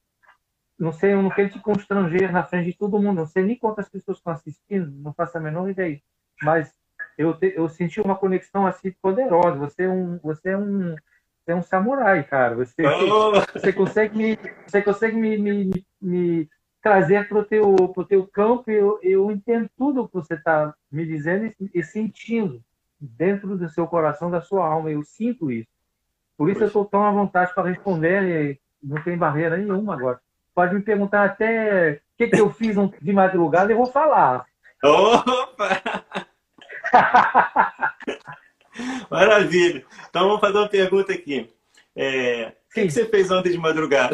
não sei, eu não quero te constranger na frente de todo mundo. Não sei nem quantas pessoas estão assistindo, não faço a menor ideia. Mas eu, te, eu senti uma conexão assim poderosa. Você é um, você é um, você é um samurai, cara. Você, oh. você consegue me, você consegue me, me, me trazer para o teu, pro teu campo. Eu, eu entendo tudo que você está me dizendo e, e sentindo dentro do seu coração, da sua alma. Eu sinto isso. Por isso Poxa. Eu estou tão à vontade para responder e não tem barreira nenhuma agora. Pode me perguntar até o que, que eu fiz de madrugada e eu vou falar. Opa! Maravilha. Então vamos fazer uma pergunta aqui. É, o que, que você fez ontem de madrugada?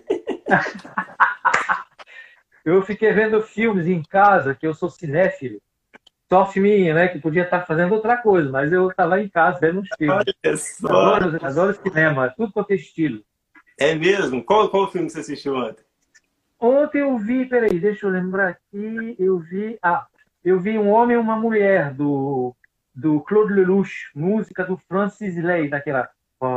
Eu fiquei vendo filmes em casa, que eu sou cinéfilo. Só filminha, né? Que podia estar fazendo outra coisa, mas eu estava em casa vendo uns filmes. Olha só. Adoro, adoro cinema, tudo quanto é estilo. É mesmo? Qual, qual filme você assistiu ontem? Ontem eu vi, peraí, deixa eu lembrar aqui, eu vi... Ah, eu vi Um Homem e Uma Mulher, do, do Claude Lelouch, música do Francis Lay, daquela...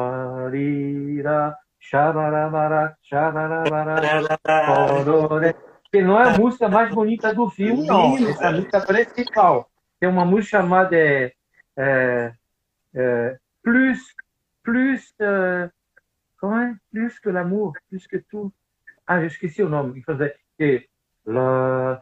Que não é a música mais bonita do filme, não. Essa música principal. Tem uma música chamada é, é, é, Plus, plus, é, como é? Plus que l'amour, plus que tout. Ah, eu esqueci o nome. Que La...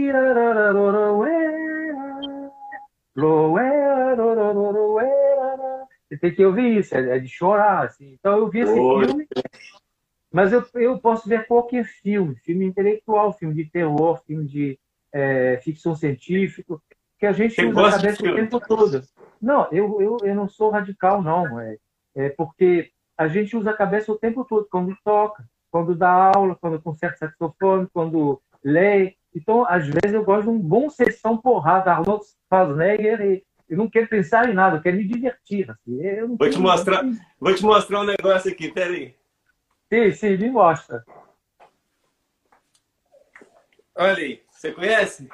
Você tem que ouvir isso, é de chorar. Assim. Então eu vi esse Oi. filme, mas eu, eu posso ver qualquer filme, filme intelectual, filme de terror, filme de é, ficção científica, que a gente Você usa a cabeça o tempo todo. Não, eu, eu, eu não sou radical, não. É, é porque a gente usa a cabeça o tempo todo, quando toca, quando dá aula, quando concerta saxofone, quando lê. Então, às vezes, eu gosto de um bom sessão porrada, Arnold Schwarzenegger, e eu não quero pensar em nada, eu quero me divertir. Assim. Eu vou, te mostrar, vou te mostrar um negócio aqui, peraí. Sim, sim, me mostra. Olha aí, você conhece?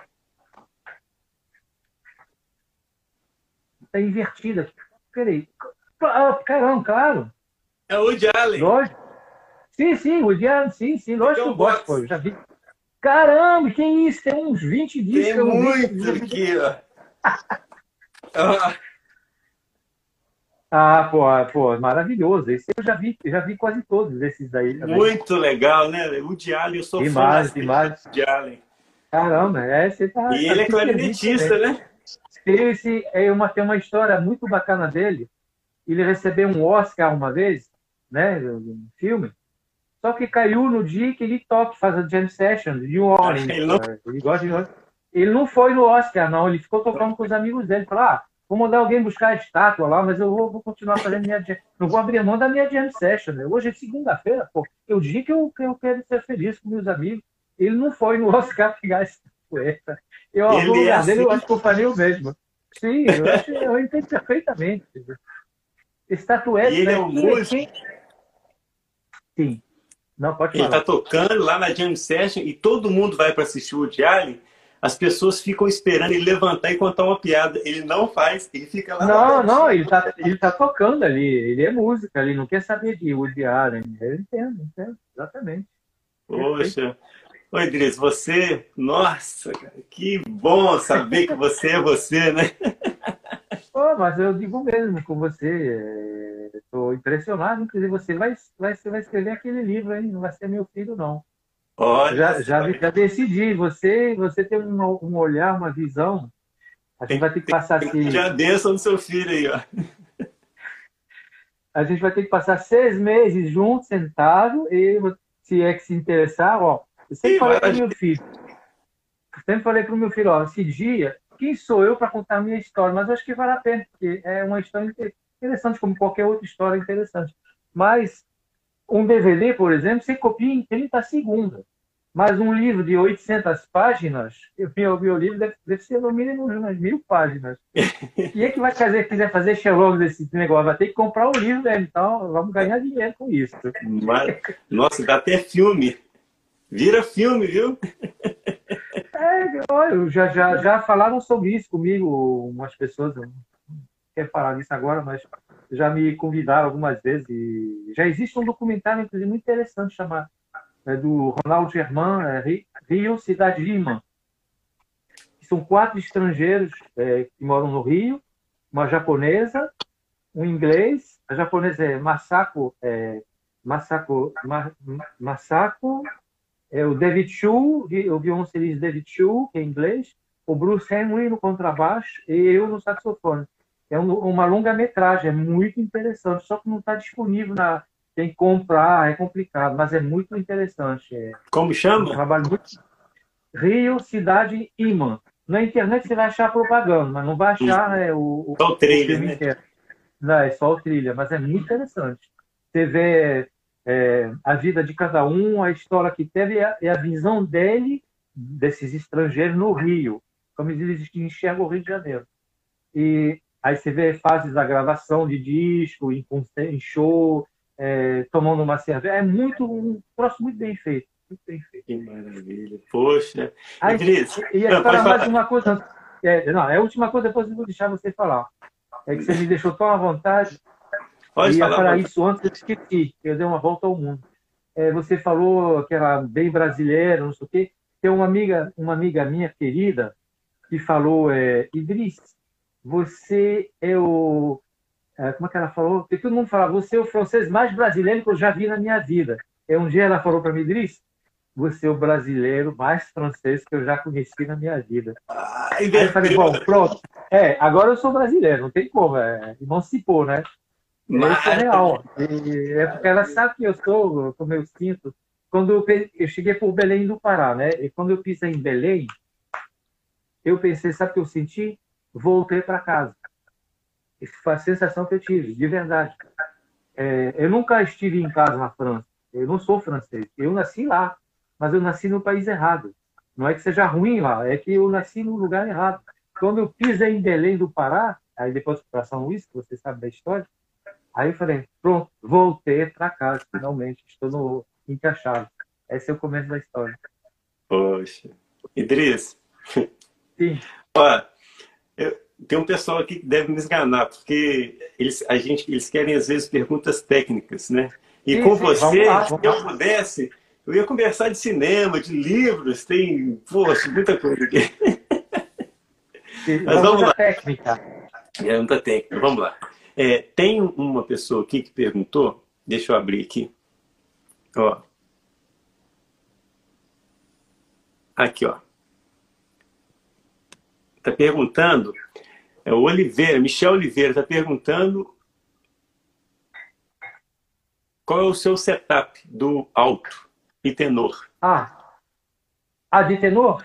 Está invertida. Peraí. Caramba, claro. É o Woody Allen. Lógico. Sim, sim, o Woody Allen, sim, sim, lógico que eu gosto, pô, eu já vi. Caramba, que isso? Tem uns vinte dias Tem que eu não muito vi. aqui, ó. Ah, pô, pô, maravilhoso. Esse eu já vi, eu já vi quase todos esses daí. Também. Muito legal, né? O Woody Allen, eu sou demais, fã demais. do Woody Allen. Caramba, é, você tá. E tá ele é clarinetista, né? Esse é uma, tem uma história muito bacana dele. Ele recebeu um Oscar uma vez, né? Um filme. Só que caiu no dia que ele toca, faz a jam session de New Orleans. Ele não... ele gosta de Ele não foi no Oscar, não. Ele ficou tocando com os amigos dele. Falou, ah, vou mandar alguém buscar a estátua lá, mas eu vou, vou continuar fazendo minha jam. Não vou abrir mão da minha jam session. Né? Hoje é segunda-feira, pô. É o dia que eu, que eu quero ser feliz com meus amigos. Ele não foi no Oscar pegar essa estatueta. Eu, no lugar é assim... dele, eu acho que eu faria o mesmo. Sim, eu, acho, eu entendo perfeitamente. Estatueta, e ele né? é um músico. Sim. Não, pode Ele está falar. tocando lá na Jam Session e todo mundo vai para assistir o Woody Allen. As pessoas ficam esperando ele levantar e contar uma piada. Ele não faz, ele fica lá no Não, não, cantinho. ele tá, ele tá tocando ali, ele é música, ele não quer saber de Woody Allen. Eu entendo, entendo, exatamente. Perfeito. Poxa. Oi, Idris, você... Nossa, cara, que bom saber que você é você, né? Oh, mas eu digo mesmo com você, estou impressionado, inclusive você vai, vai, você vai escrever aquele livro aí, não vai ser meu filho, não. Olha Já, só, já, já decidi, você, você tem um, um olhar, uma visão, a gente tem, vai ter que tem, passar tem que pedir assim, a bênção do seu filho aí, ó. a gente vai ter que passar seis meses juntos, sentado, e se é que se interessar, ó, eu sempre Ih, falei vai para lá, o meu filho, sempre falei para o meu filho, ó, esse dia, quem sou eu para contar a minha história? Mas eu acho que vale a pena, porque é uma história interessante, como qualquer outra história interessante. Mas um D V D, por exemplo, você copia em trinta segundos. Mas um livro de oitocentas páginas, eu meu, meu livro deve, deve ser no mínimo umas mil páginas. E é que vai fazer, quiser fazer Sherlock desse negócio, vai ter que comprar o livro dele. Então, vamos ganhar dinheiro com isso. Mas, nossa, dá até filme. Vira filme, viu? É, olha, já, já, já falaram sobre isso comigo, umas pessoas, eu não quero falar disso agora, mas já me convidaram algumas vezes. E já existe um documentário, inclusive, muito interessante, chamado, é, do Ronald Germain, é, Rio, Cidade Lima. São quatro estrangeiros é, que moram no Rio, uma japonesa, um inglês, a japonesa é Masako, é, Masako, Ma, Masako, é o David Chu, o violoncelista David Chu, que é inglês, o Bruce Henry no contrabaixo e eu no saxofone. É um, uma longa-metragem, é muito interessante, só que não está disponível na... Tem que comprar, é complicado, mas é muito interessante. É Como um chama? trabalho muito... Rio, Cidade Imã. Na internet você vai achar propaganda, mas não vai achar é, o, Só o o, o trailer, filme né? inteiro. Não, é só o trilha, mas é muito interessante. Você vê é, a vida de cada um, a história que teve e a, e a visão dele, desses estrangeiros, no Rio. Como eles enxergam o Rio de Janeiro. E aí você vê fases da gravação de disco, em, em show, é, tomando uma cerveja. É muito, um troço muito bem feito. Muito bem feito. Que maravilha. Poxa. Aí, Idris, e não, a pode história, mais falar. uma coisa. É, não, é a última coisa, depois eu vou deixar você falar. É que você me deixou tão à vontade. Pode E ia falar, falar pode falar. isso antes, eu esqueci. Eu dei uma volta ao mundo. É, você falou que era bem brasileiro, não sei o quê. Tem uma amiga, uma amiga minha querida que falou, é, Idris, você é o... É, como é que ela falou? Porque todo mundo fala, você é o francês mais brasileiro que eu já vi na minha vida. E um dia ela falou para mim, Idris, você é o brasileiro mais francês que eu já conheci na minha vida. Ah, Aí eu falei, inverteu. bom, pronto. É, agora eu sou brasileiro, não tem como, é, emancipou, né? É, isso é Maravilha. real. E é porque ela sabe que eu sou, como eu sinto. Quando eu, pe- eu cheguei por Belém do Pará, né? E quando eu pisei em Belém, eu pensei, sabe o que eu senti? Voltei para casa. Isso foi a sensação que eu tive, de verdade. É, eu nunca estive em casa na França. Eu não sou francês. Eu nasci lá, mas eu nasci no país errado. Não é que seja ruim lá, é que eu nasci no lugar errado. Quando eu pisei em Belém do Pará, aí depois para São Luís, que você sabe da história, aí eu falei, pronto, voltei para casa, finalmente, estou no, encaixado. Esse é o começo da história. Poxa. Idris, Sim, ó, eu, tem um pessoal aqui que deve me esganar, porque eles, a gente, eles querem, às vezes, perguntas técnicas, né? E sim, com sim, vamos você, lá, se vamos eu lá. pudesse, eu ia conversar de cinema, de livros, tem, poxa, muita coisa aqui. Sim, Mas vamos vamos à lá, técnica. pergunta técnica, vamos lá. É, tem uma pessoa aqui que perguntou, deixa eu abrir aqui, ó, aqui, ó. Tá perguntando, é o Oliveira, Michel Oliveira, está perguntando qual é o seu setup do alto e tenor. Ah, ah, de tenor?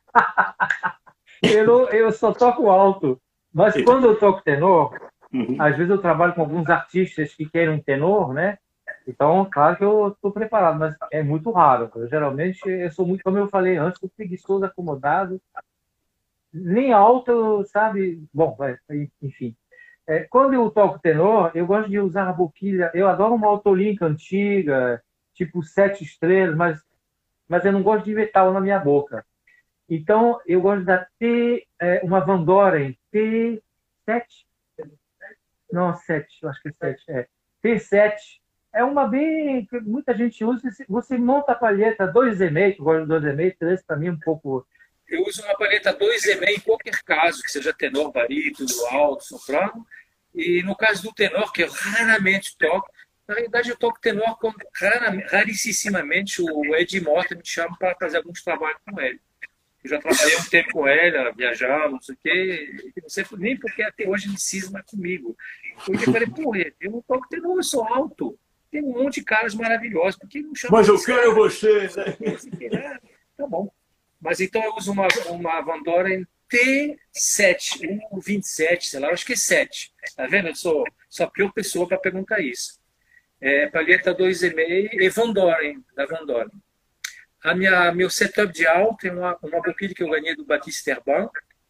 Eu, não- eu só toco alto. Mas quando eu toco tenor, Uhum. às vezes eu trabalho com alguns artistas que querem um tenor, né? Então, claro que eu estou preparado, mas é muito raro. Eu, geralmente, eu sou muito, como eu falei antes, sou preguiçoso, acomodado. Nem alto, sabe? Bom, é, enfim. É, quando eu toco tenor, eu gosto de usar a boquilha. Eu adoro uma autolinca antiga, tipo sete estrelas, mas, mas eu não gosto de metal na minha boca. Então, eu gosto da T, é, uma Van Doren, T sete, não, sete, eu acho que é sete, é. T sete, é uma bem, que muita gente usa, você monta a palheta dois e meio, que eu gosto de dois e meio, três para mim um pouco... Eu uso uma palheta dois e meio em qualquer caso, que seja tenor, barítono, alto, soprano. E no caso do tenor, que eu raramente toco, na realidade eu toco tenor quando rarissimamente o Ed Morta me chama para fazer alguns trabalhos com ele. Eu já trabalhei um tempo com ele, viajar, não sei o quê, não sei nem porque até hoje ele cisma comigo. Eu falei, pô, eu não toco tenor, eu sou alto. Tem um monte de caras maravilhosos, por que não chama? Mas eu quero você, né? Tá bom. Mas então eu uso uma, uma Van Doren T sete, um vinte e sete, sei lá, eu acho que é sete. Tá vendo? Eu sou, sou a pior pessoa para perguntar isso. É, palheta dois e meio e Van Doren, da Van Doren. A minha, meu setup de alto é uma, uma boquilha que eu ganhei do Batiste Herbin,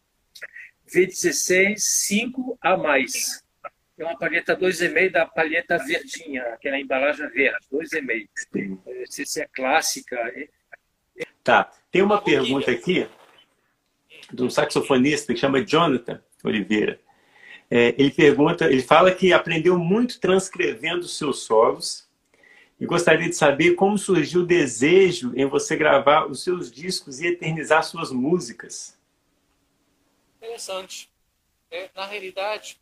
V dezesseis cinco a mais. É uma palheta dois e meio da palheta verdinha, aquela embalagem verde, dois e meio. Não sei se é clássica. Tá, tem uma pergunta aqui de um saxofonista que chama Jonathan Oliveira. É, ele pergunta, ele fala que aprendeu muito transcrevendo seus solos e gostaria de saber como surgiu o desejo em você gravar os seus discos e eternizar suas músicas. Interessante. É, na realidade,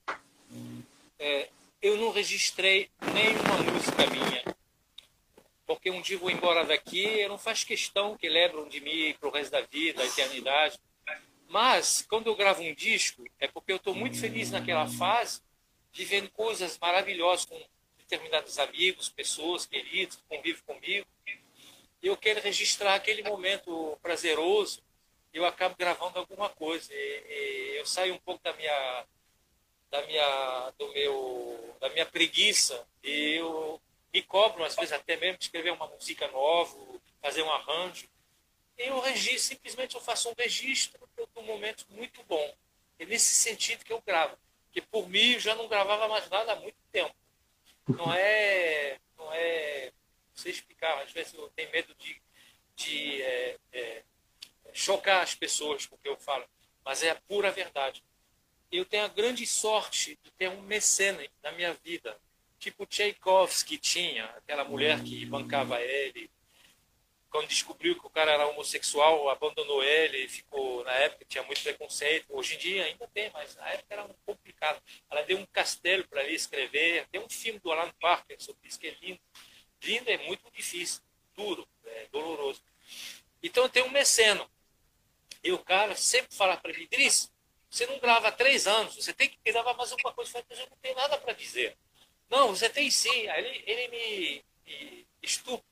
é, eu não registrei nenhuma música minha. Porque um dia vou embora daqui, eu não faço questão que lembram de mim para o resto da vida, da eternidade. Mas, quando eu gravo um disco, é porque eu estou muito feliz naquela fase, vivendo coisas maravilhosas com determinados amigos, pessoas queridas que convivem comigo. E eu quero registrar aquele momento prazeroso, e eu acabo gravando alguma coisa. E, e eu saio um pouco da minha, da minha, do meu, da minha preguiça, e eu me cobro, às vezes, até mesmo de escrever uma música nova, fazer um arranjo. E eu registro, simplesmente eu faço um registro de um momento muito bom. É nesse sentido que eu gravo. Porque, por mim, eu já não gravava mais nada há muito tempo. Não é... Não, é, não sei explicar, às vezes eu tenho medo de, de é, é, chocar as pessoas com o que eu falo. Mas é a pura verdade. Eu tenho a grande sorte de ter um mecenas na minha vida. Tipo Tchaikovsky tinha, aquela mulher que bancava ele. Quando descobriu que o cara era homossexual, abandonou ele, ficou, na época tinha muito preconceito. Hoje em dia ainda tem, mas na época era um complicado. Ela deu um castelo para ele escrever. Tem um filme do Alan Parker sobre isso que é lindo. Lindo é muito difícil, duro, é doloroso. Então eu tenho um meceno. E o cara sempre fala para mim, Idris, você não grava há três anos, você tem que gravar mais alguma coisa. Eu falei, mas eu não tenho nada para dizer. Não, você tem sim. Aí ele, ele me, me estupra.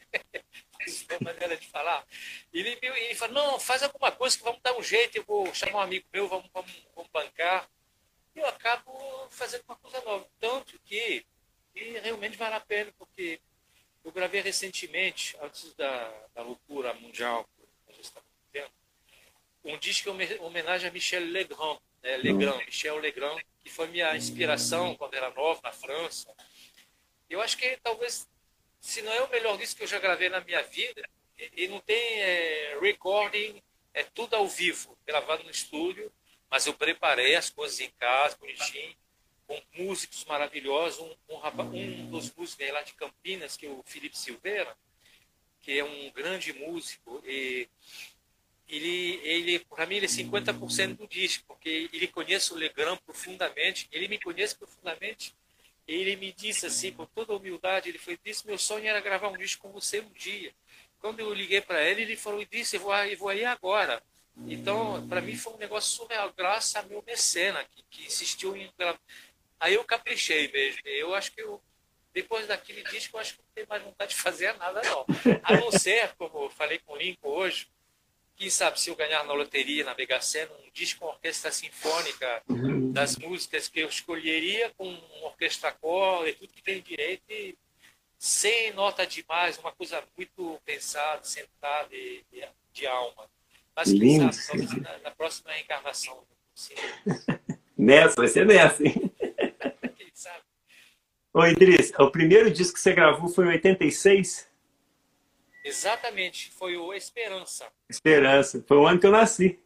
Isso é uma maneira de falar. Ele, ele fala, não, faz alguma coisa que vamos dar um jeito, eu vou chamar um amigo meu, vamos, vamos, vamos bancar. E eu acabo fazendo uma coisa nova. Tanto que, que realmente vale a pena, porque eu gravei recentemente, antes da, da loucura mundial que a gente está vivendo, um disco em homenagem a Michel Legrand, né? Legrand, Michel Legrand, que foi minha inspiração quando era nova, na França. Eu acho que talvez, se não é o melhor disco que eu já gravei na minha vida, e não tem é, recording, é tudo ao vivo, gravado no estúdio, mas eu preparei as coisas em casa, bonitinho, com músicos maravilhosos, um, um, rapaz, um dos músicos lá de Campinas, que é o Felipe Silveira, que é um grande músico, e ele, ele para mim, ele é cinquenta por cento do disco, porque ele conhece o Legrand profundamente, ele me conhece profundamente. Ele me disse assim, com toda humildade, ele foi, disse, meu sonho era gravar um disco com você um dia. Quando eu liguei para ele, ele falou, disse, eu vou, eu vou aí agora. Então, para mim foi um negócio surreal, graças a meu mecena, que, que insistiu em gravar. Aí eu caprichei mesmo. Eu acho que eu, depois daquele disco, eu acho que não tenho mais vontade de fazer nada, não. A não ser, como eu falei com o Lincoln hoje, quem sabe se eu ganhar na loteria, na Mega Sena, um disco com orquestra sinfônica das músicas que eu escolheria, com uma orquestra cor e tudo que tem direito, e sem nota demais, uma coisa muito pensada, sentada de, de, de alma. Mas quem Lindo, sabe, talvez na, na próxima reencarnação. Sim. Nessa, vai ser nessa, hein? Quem sabe? Ô, Idris, o primeiro disco que você gravou foi em oitenta e seis? Exatamente, foi o Esperança. Esperança. Foi o ano que eu nasci.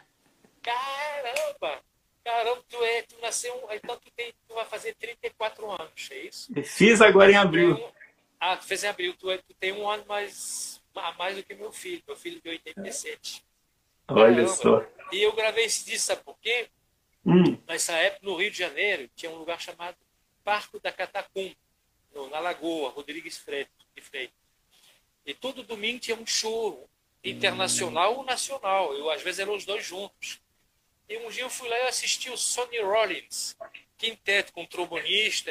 Caramba! Caramba, tu, é, tu nasceu, então tu, tem, tu vai fazer trinta e quatro anos, é isso? Fiz agora em Tu é abril. um, ah, tu fez em abril, tu, é, tu tem um ano mais, a mais do que meu filho, meu filho de oitenta e sete. Olha Caramba! só. E eu gravei esse disco, sabe por quê? Hum, Nessa época, no Rio de Janeiro, tinha um lugar chamado Parque da Catacum, no, na Lagoa, Rodrigues Freitas, de Freitas. E todo domingo tinha um show internacional ou nacional. Eu, às vezes, eram os dois juntos. E um dia eu fui lá e assisti o Sonny Rollins, quinteto com trombonista.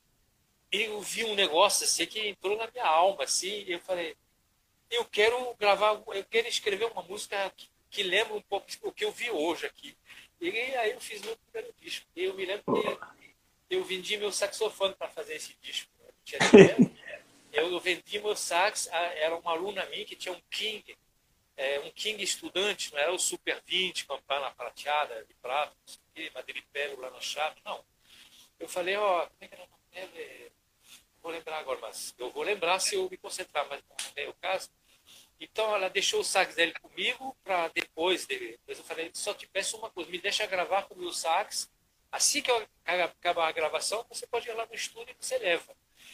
E eu vi um negócio assim que entrou na minha alma. Assim, e eu falei, eu quero gravar, eu quero escrever uma música que, que lembra um pouco o que eu vi hoje aqui. E aí eu fiz meu primeiro disco. E eu me lembro que eu vendi meu saxofone para fazer esse disco. Eu não tinha dinheiro. Eu vendi meu sax, era uma aluna minha que tinha um King, é, um King estudante, não era o Super vinte, campana prateada, de prata, não sei o quê, madripelo lá na chave, não. Eu falei, ó, como é que era o nome dele? Vou lembrar agora, mas eu vou lembrar se eu me concentrar, mas não é o caso. Então ela deixou o sax dele comigo para depois dele. Depois eu falei, só te peço uma coisa, me deixa gravar com o meu sax, assim que eu acabar a gravação, você pode ir lá no estúdio e você leva.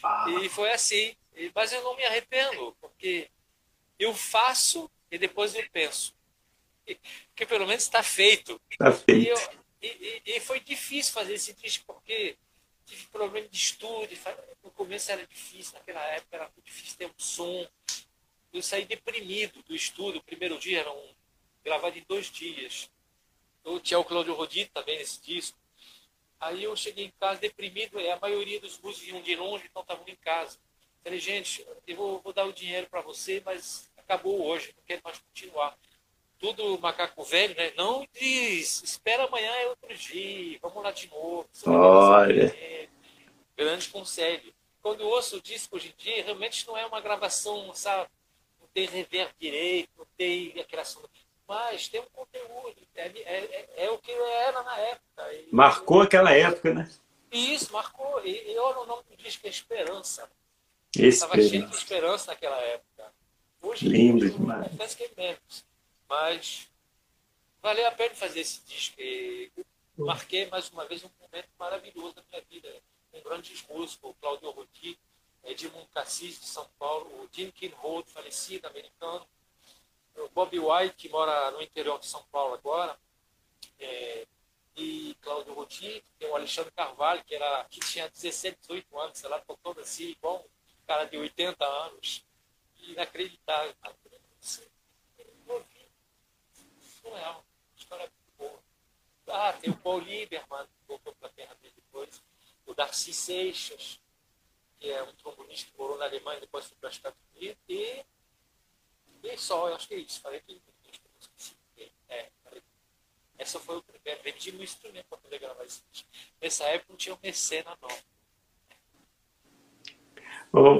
E foi assim. Mas eu não me arrependo, porque eu faço e depois eu penso. Porque pelo menos está feito. tá feito. E, eu, e, e foi difícil fazer esse disco, porque tive problema de estudo. No começo era difícil, naquela época era muito difícil ter um som. Eu saí deprimido do estudo. O primeiro dia era um, gravado em dois dias. Eu tinha o Cláudio Rodito também nesse disco. Aí eu cheguei em casa deprimido, e a maioria dos músicos iam de longe, então estavam em casa. Falei, gente, eu vou, vou dar o dinheiro para você, mas acabou hoje, não quero mais continuar. Tudo macaco velho, né? Não diz, espera amanhã é outro dia, vamos lá de novo. Olha. Grande conselho. Quando eu ouço o disco hoje em dia, realmente não é uma gravação, sabe? Não tem reverb direito, não tem aquela som. Mas tem um conteúdo, é, é, é o que era na época. E, Marcou aquela época, né? e isso, marcou. E, e olha o nome do disco, é Esperança. Estava cheio de esperança naquela época. Hoje, lindo hoje, demais. Confesso que é menos. Mas valeu a pena fazer esse disco. E marquei mais uma vez um momento maravilhoso da minha vida. Com grandes músicos, o Cláudio Rodito, Edmundo Cassis de São Paulo, o Jim Kinhold, falecido, americano, o Bob White, que mora no interior de São Paulo agora, é, e Cláudio Rodito, tem o Alexandre Carvalho, que, era, que tinha dezessete, dezoito anos, sei lá, tocando assim, igual um cara de oitenta anos. Inacreditável. Surreal. História muito boa. Ah, tem o Paul Lieberman, que voltou para a terra dele depois. O Darcy Seixas, que é um trombonista que morou na Alemanha e depois foi para os Estados Unidos. E, e só, eu acho que é isso. Falei que é, falei. Essa foi o primeiro. Vendi um instrumento para poder gravar esse disco. Nessa época não tinha um mecena, não. Oh.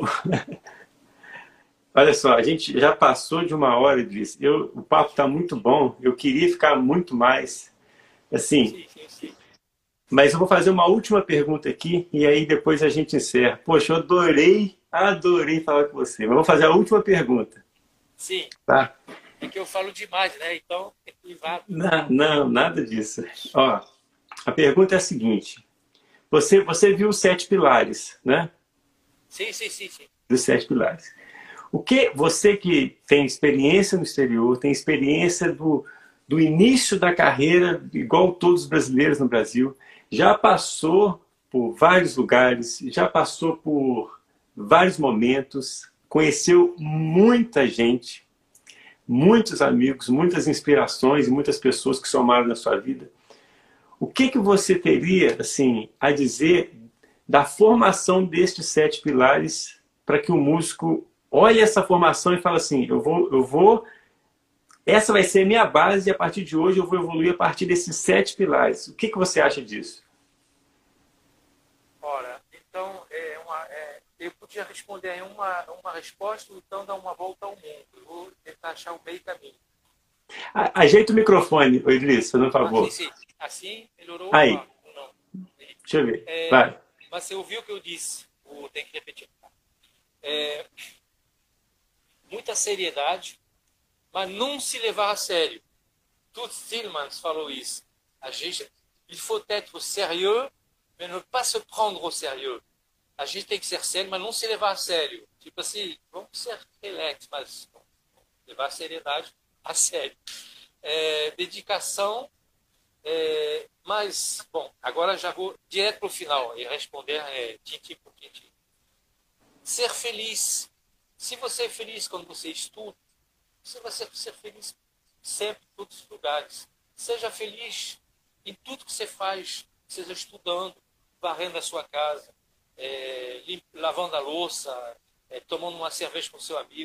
Olha só, a gente já passou de uma hora, Idris. Eu, o papo está muito bom. Eu queria ficar muito mais. Assim, Sim, sim, sim. Mas eu vou fazer uma última pergunta aqui e aí depois a gente encerra. Poxa, eu adorei, adorei falar com você. Mas vou fazer a última pergunta. Sim. Tá? É que eu falo demais, né? Então, é privado. Não, não, nada disso. Ó, a pergunta é a seguinte. Você, você viu os sete pilares, né? Sim, sim, sim, sim. Dos sete pilares. O que você que tem experiência no exterior, tem experiência do, do início da carreira, igual todos os brasileiros no Brasil, já passou por vários lugares, já passou por vários momentos, conheceu muita gente, muitos amigos, muitas inspirações e muitas pessoas que somaram na sua vida. O que, que você teria assim, a dizer da formação destes sete pilares para que o músico olhe essa formação e fale assim, eu vou, eu vou, essa vai ser a minha base e a partir de hoje eu vou evoluir a partir desses sete pilares. O que, que você acha disso? Ora, então, é uma, é, eu podia responder em uma, uma resposta, então dar uma volta ao mundo. Eu vou tentar achar o meio caminho. A, ajeita o microfone, Idris, por favor. Ah, sim, sim. Assim, melhorou? Aí. Não. Deixa eu ver. É, vai. mas você ouviu o que eu disse? eu tenho que repetir. É, muita seriedade, mas não se levar a sério. Toots Thielemans falou isso. A gente, il faut être sérieux, mais ne pas se prendre au sérieux. A gente tem que ser sério, mas não se levar a sério. Tipo assim, vamos ser relax, mas levar a seriedade a sério. É, dedicação, é, mas, bom, agora já vou direto para o final e responder é, tintim por tintim. Ser feliz. Se você é feliz quando você estuda, você vai ser, ser feliz sempre, em todos os lugares. Seja feliz em tudo que você faz, seja estudando, varrendo a sua casa, é, lavando a louça, é, tomando uma cerveja com seu amigo.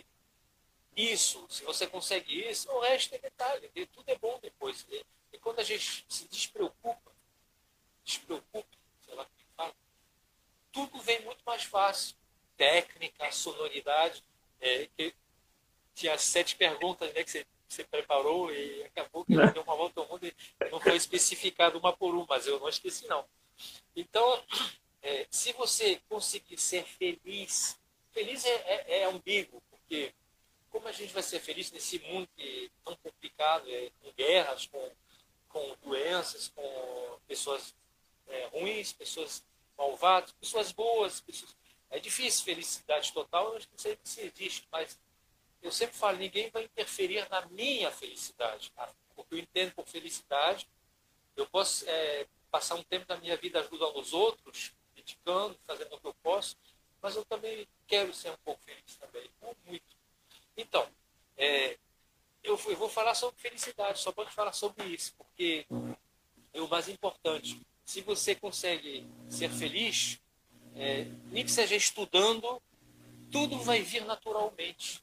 Isso, se você consegue isso, o resto é detalhe, tudo é bom depois. E, e quando a gente se despreocupa, despreocupa, sei lá como fala, tudo vem muito mais fácil. Técnica, sonoridade, é, que tinha sete perguntas, né, que você, você preparou e acabou que ele deu uma volta ao mundo e não foi especificado uma por uma, mas eu não esqueci não. Então, é, se você conseguir ser feliz, feliz é, é, é ambíguo, porque como a gente vai ser feliz nesse mundo que é tão complicado, é, com guerras, com, com doenças, com pessoas é, ruins, pessoas malvadas, pessoas boas, pessoas... É difícil felicidade total, eu não sei se existe, mas eu sempre falo, ninguém vai interferir na minha felicidade. Tá? O que eu entendo por felicidade, eu posso é, passar um tempo da minha vida ajudando os outros, dedicando, fazendo o que eu posso, mas eu também quero ser um pouco feliz também, não muito. Então, é, eu, eu vou falar sobre felicidade, só pode falar sobre isso, porque é o mais importante. Se você consegue ser feliz, é, nem que seja estudando, tudo vai vir naturalmente.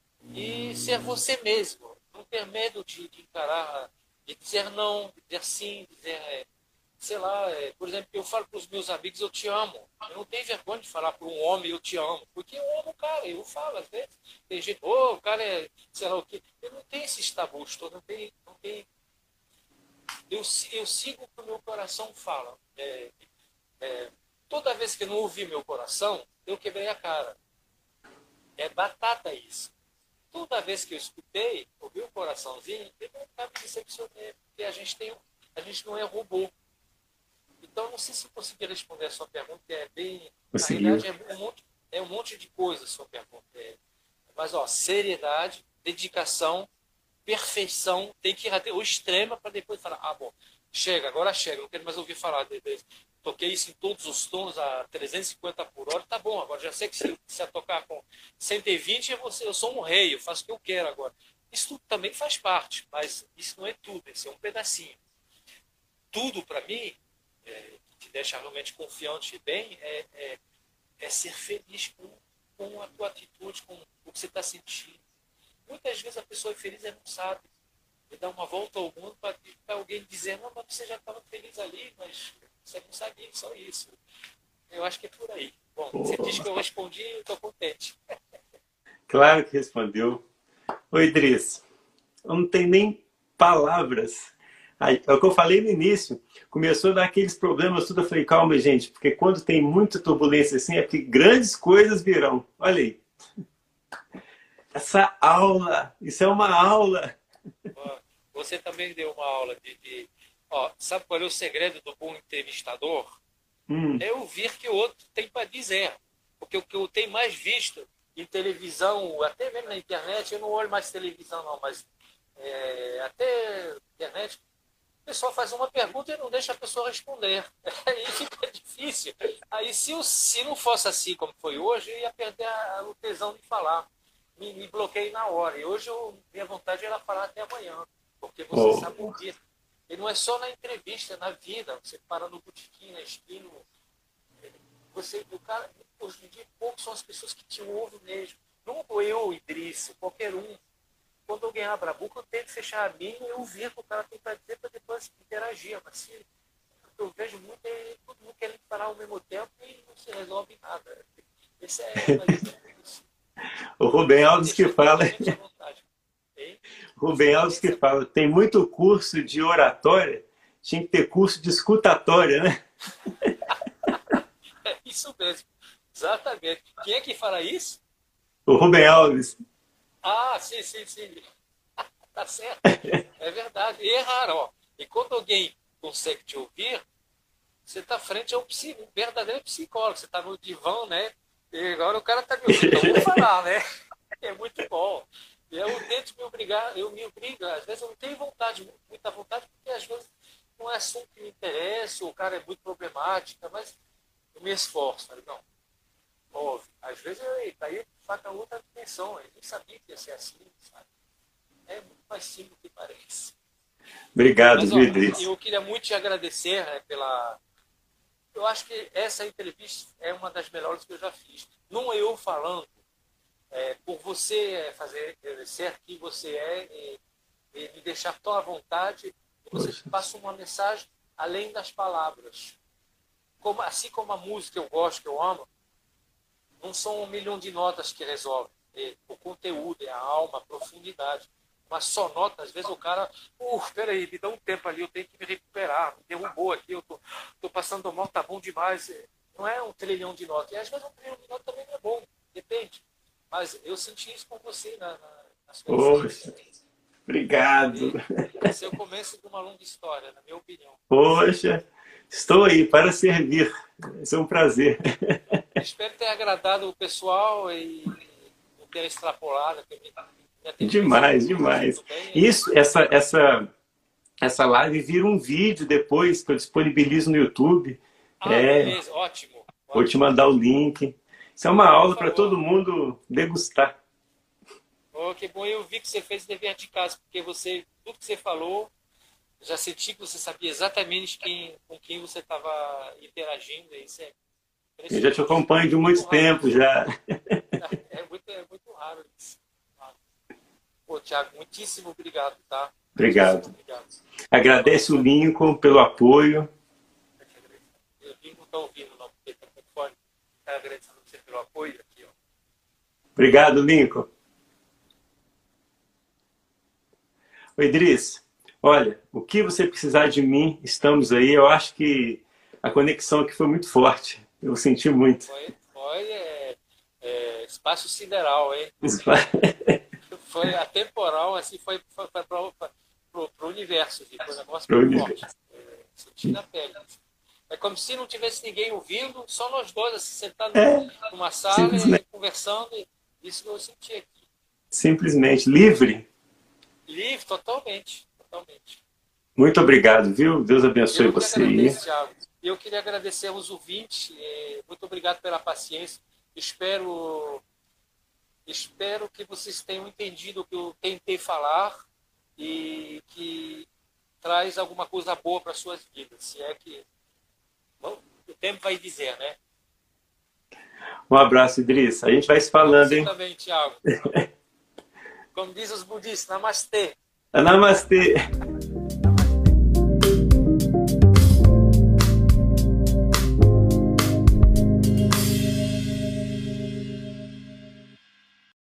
E ser você mesmo, não ter medo de, de encarar, de dizer não, de dizer sim, de dizer, é, sei lá, é, por exemplo, eu falo para os meus amigos, eu te amo. Eu não tenho vergonha de falar para um homem, eu te amo, porque eu amo o cara, eu falo às vezes. Tem gente, oh, o cara é, sei lá o quê. Eu não tenho esses tabus, não tem, não tem. Eu, eu sigo o que o meu coração fala. É, é, toda vez que eu não ouvi meu coração, eu quebrei a cara. É batata isso. Toda vez que eu escutei, ouvi o coraçãozinho, eu nunca me decepcionei, porque a gente, tem, a gente não é robô. Então, não sei se eu consegui responder a sua pergunta, que é bem... Conseguiu. Na realidade, é um monte, é um monte de coisa a sua pergunta. É, mas, ó, seriedade, dedicação, perfeição, tem que ir até o extremo para depois falar, ah, bom, chega, agora chega, não quero mais ouvir falar de, de, toquei isso em todos os tons a trezentos e cinquenta por hora, tá bom, agora já sei que se, se eu tocar com cento e vinte, eu, vou, eu sou um rei, eu faço o que eu quero agora. Isso tudo também faz parte, mas isso não é tudo, isso é um pedacinho. Tudo, para mim, é, que te deixa realmente confiante e bem, é, é, é ser feliz com, com a tua atitude, com o que você está sentindo. Muitas vezes a pessoa é feliz e não sabe. E dá uma volta ao mundo para alguém dizer, não, mas você já estava feliz ali, mas você não sabia, só isso. Eu acho que é por aí. Bom, oh. Você diz que eu respondi e eu estou contente. Claro que respondeu. Oi, Idris. Eu não tenho nem palavras. Aí, é o que eu falei no início. Começou a dar aqueles problemas, tudo. Eu falei, calma, gente, porque quando tem muita turbulência assim, é porque grandes coisas virão. Olha aí. Essa aula, isso é uma aula. Você também deu uma aula de... de ó, sabe qual é o segredo do bom entrevistador? Hum. É ouvir que o outro tem para dizer. Porque o que eu tenho mais visto em televisão, até mesmo na internet, eu não olho mais televisão não, mas é, até internet, o pessoal faz uma pergunta e não deixa a pessoa responder. Aí fica difícil. Aí se, eu, se não fosse assim como foi hoje, eu ia perder a, o tesão de falar. Me, me bloqueei na hora. E hoje eu, minha vontade era falar até amanhã. Porque você oh. sabe o dia. E não é só na entrevista, é na vida. Você para no botequim, na esquina. Você, o cara, hoje em dia, poucos são as pessoas que te ouvem mesmo. Não eu, Idris, qualquer um. Quando alguém abre a boca, eu tento fechar a minha e ouvir o que o cara tem para dizer para depois interagir. Mas se, o que eu vejo muito é todo mundo querendo falar ao mesmo tempo e não se resolve nada. Esse é isso. O Rubem Alves que fala. Rubem Alves que fala, tem muito curso de oratória, tinha que ter curso de escutatória, né? É isso mesmo. Exatamente. Quem é que fala isso? O Rubem Alves. Ah, sim, sim, sim. Tá certo. É verdade. E é raro, ó. E quando alguém consegue te ouvir, você está frente a um, psi, um verdadeiro psicólogo. Você está no divã, né? E agora o cara está me ouvindo. Então, vou falar, né? É muito bom. E eu tento me obrigar, eu me obrigo. Às vezes eu não tenho vontade, muita vontade, porque às vezes não é assunto que me interessa, o cara é muito problemático, mas eu me esforço. Falei, não, ouve. Às vezes eu, aí faca outra dimensão. Eu nem sabia que ia ser assim, sabe? É muito mais simples do que parece. Obrigado, Mas, ó, Idris. eu queria muito te agradecer, né, pela... Eu acho que essa entrevista é uma das melhores que eu já fiz. Não eu falando, é, por você fazer ser quem você é e, e me deixar tão à vontade, você Poxa. passa uma mensagem além das palavras. Como, assim como a música eu gosto, que eu amo, não são um milhão de notas que resolvem. É, o conteúdo, é a alma, a profundidade. Uma só nota, às vezes o cara, uh, peraí, me dá um tempo ali, eu tenho que me recuperar, me derrubou aqui, eu tô, tô passando mal, tá bom demais. Não é um trilhão de notas. E às vezes um trilhão de notas também não é bom, depende. Mas eu senti isso com você na, na, na sua Poxa, obrigado. E esse é o começo de uma longa história, na minha opinião. Poxa, estou aí para servir. Isso é um prazer. Espero ter agradado o pessoal e não ter extrapolado. Demais, demais. Isso, essa, essa, essa live vira um vídeo depois que eu disponibilizo no YouTube. Ah, é, beleza, ótimo, ótimo. Vou te mandar o link. Isso é uma aula para todo mundo degustar. Oh, que bom, eu vi que você fez o dever de casa, porque você, tudo que você falou, já senti que você sabia exatamente quem, com quem você estava interagindo. Isso é eu já te acompanho de muito, muito tempo já. É muito, é muito raro isso. Pô, Thiago, muitíssimo obrigado, tá? Obrigado. obrigado. Agradece o Lincoln pelo apoio. O Lincoln não está ouvindo, não, porque está com fone. Está agradecendo você pelo apoio aqui, ó. Obrigado, Lincoln. Oi, Idris. Olha, o que você precisar de mim, estamos aí. Eu acho que a conexão aqui foi muito forte. Eu senti muito. Foi, foi é, é, espaço sideral, hein? Foi atemporal, assim, foi, foi, foi para o universo. Assim, foi um negócio pro muito universo. forte. É, senti na pele. É como se não tivesse ninguém ouvindo, só nós dois, assim, sentados É, numa sala e conversando. E isso que eu senti aqui. Simplesmente livre. Livre, totalmente. totalmente. Muito obrigado, viu? Deus abençoe eu você agradeço, aí. Thiago. Eu queria agradecer aos ouvintes. Muito obrigado pela paciência. Espero, espero que vocês tenham entendido o que eu tentei falar e que traz alguma coisa boa para suas vidas. Se é que bom, o tempo vai dizer, né? Um abraço, Idris. A gente vai se falando, você hein? também, Thiago. Como diz os budistas, namastê. Namastê.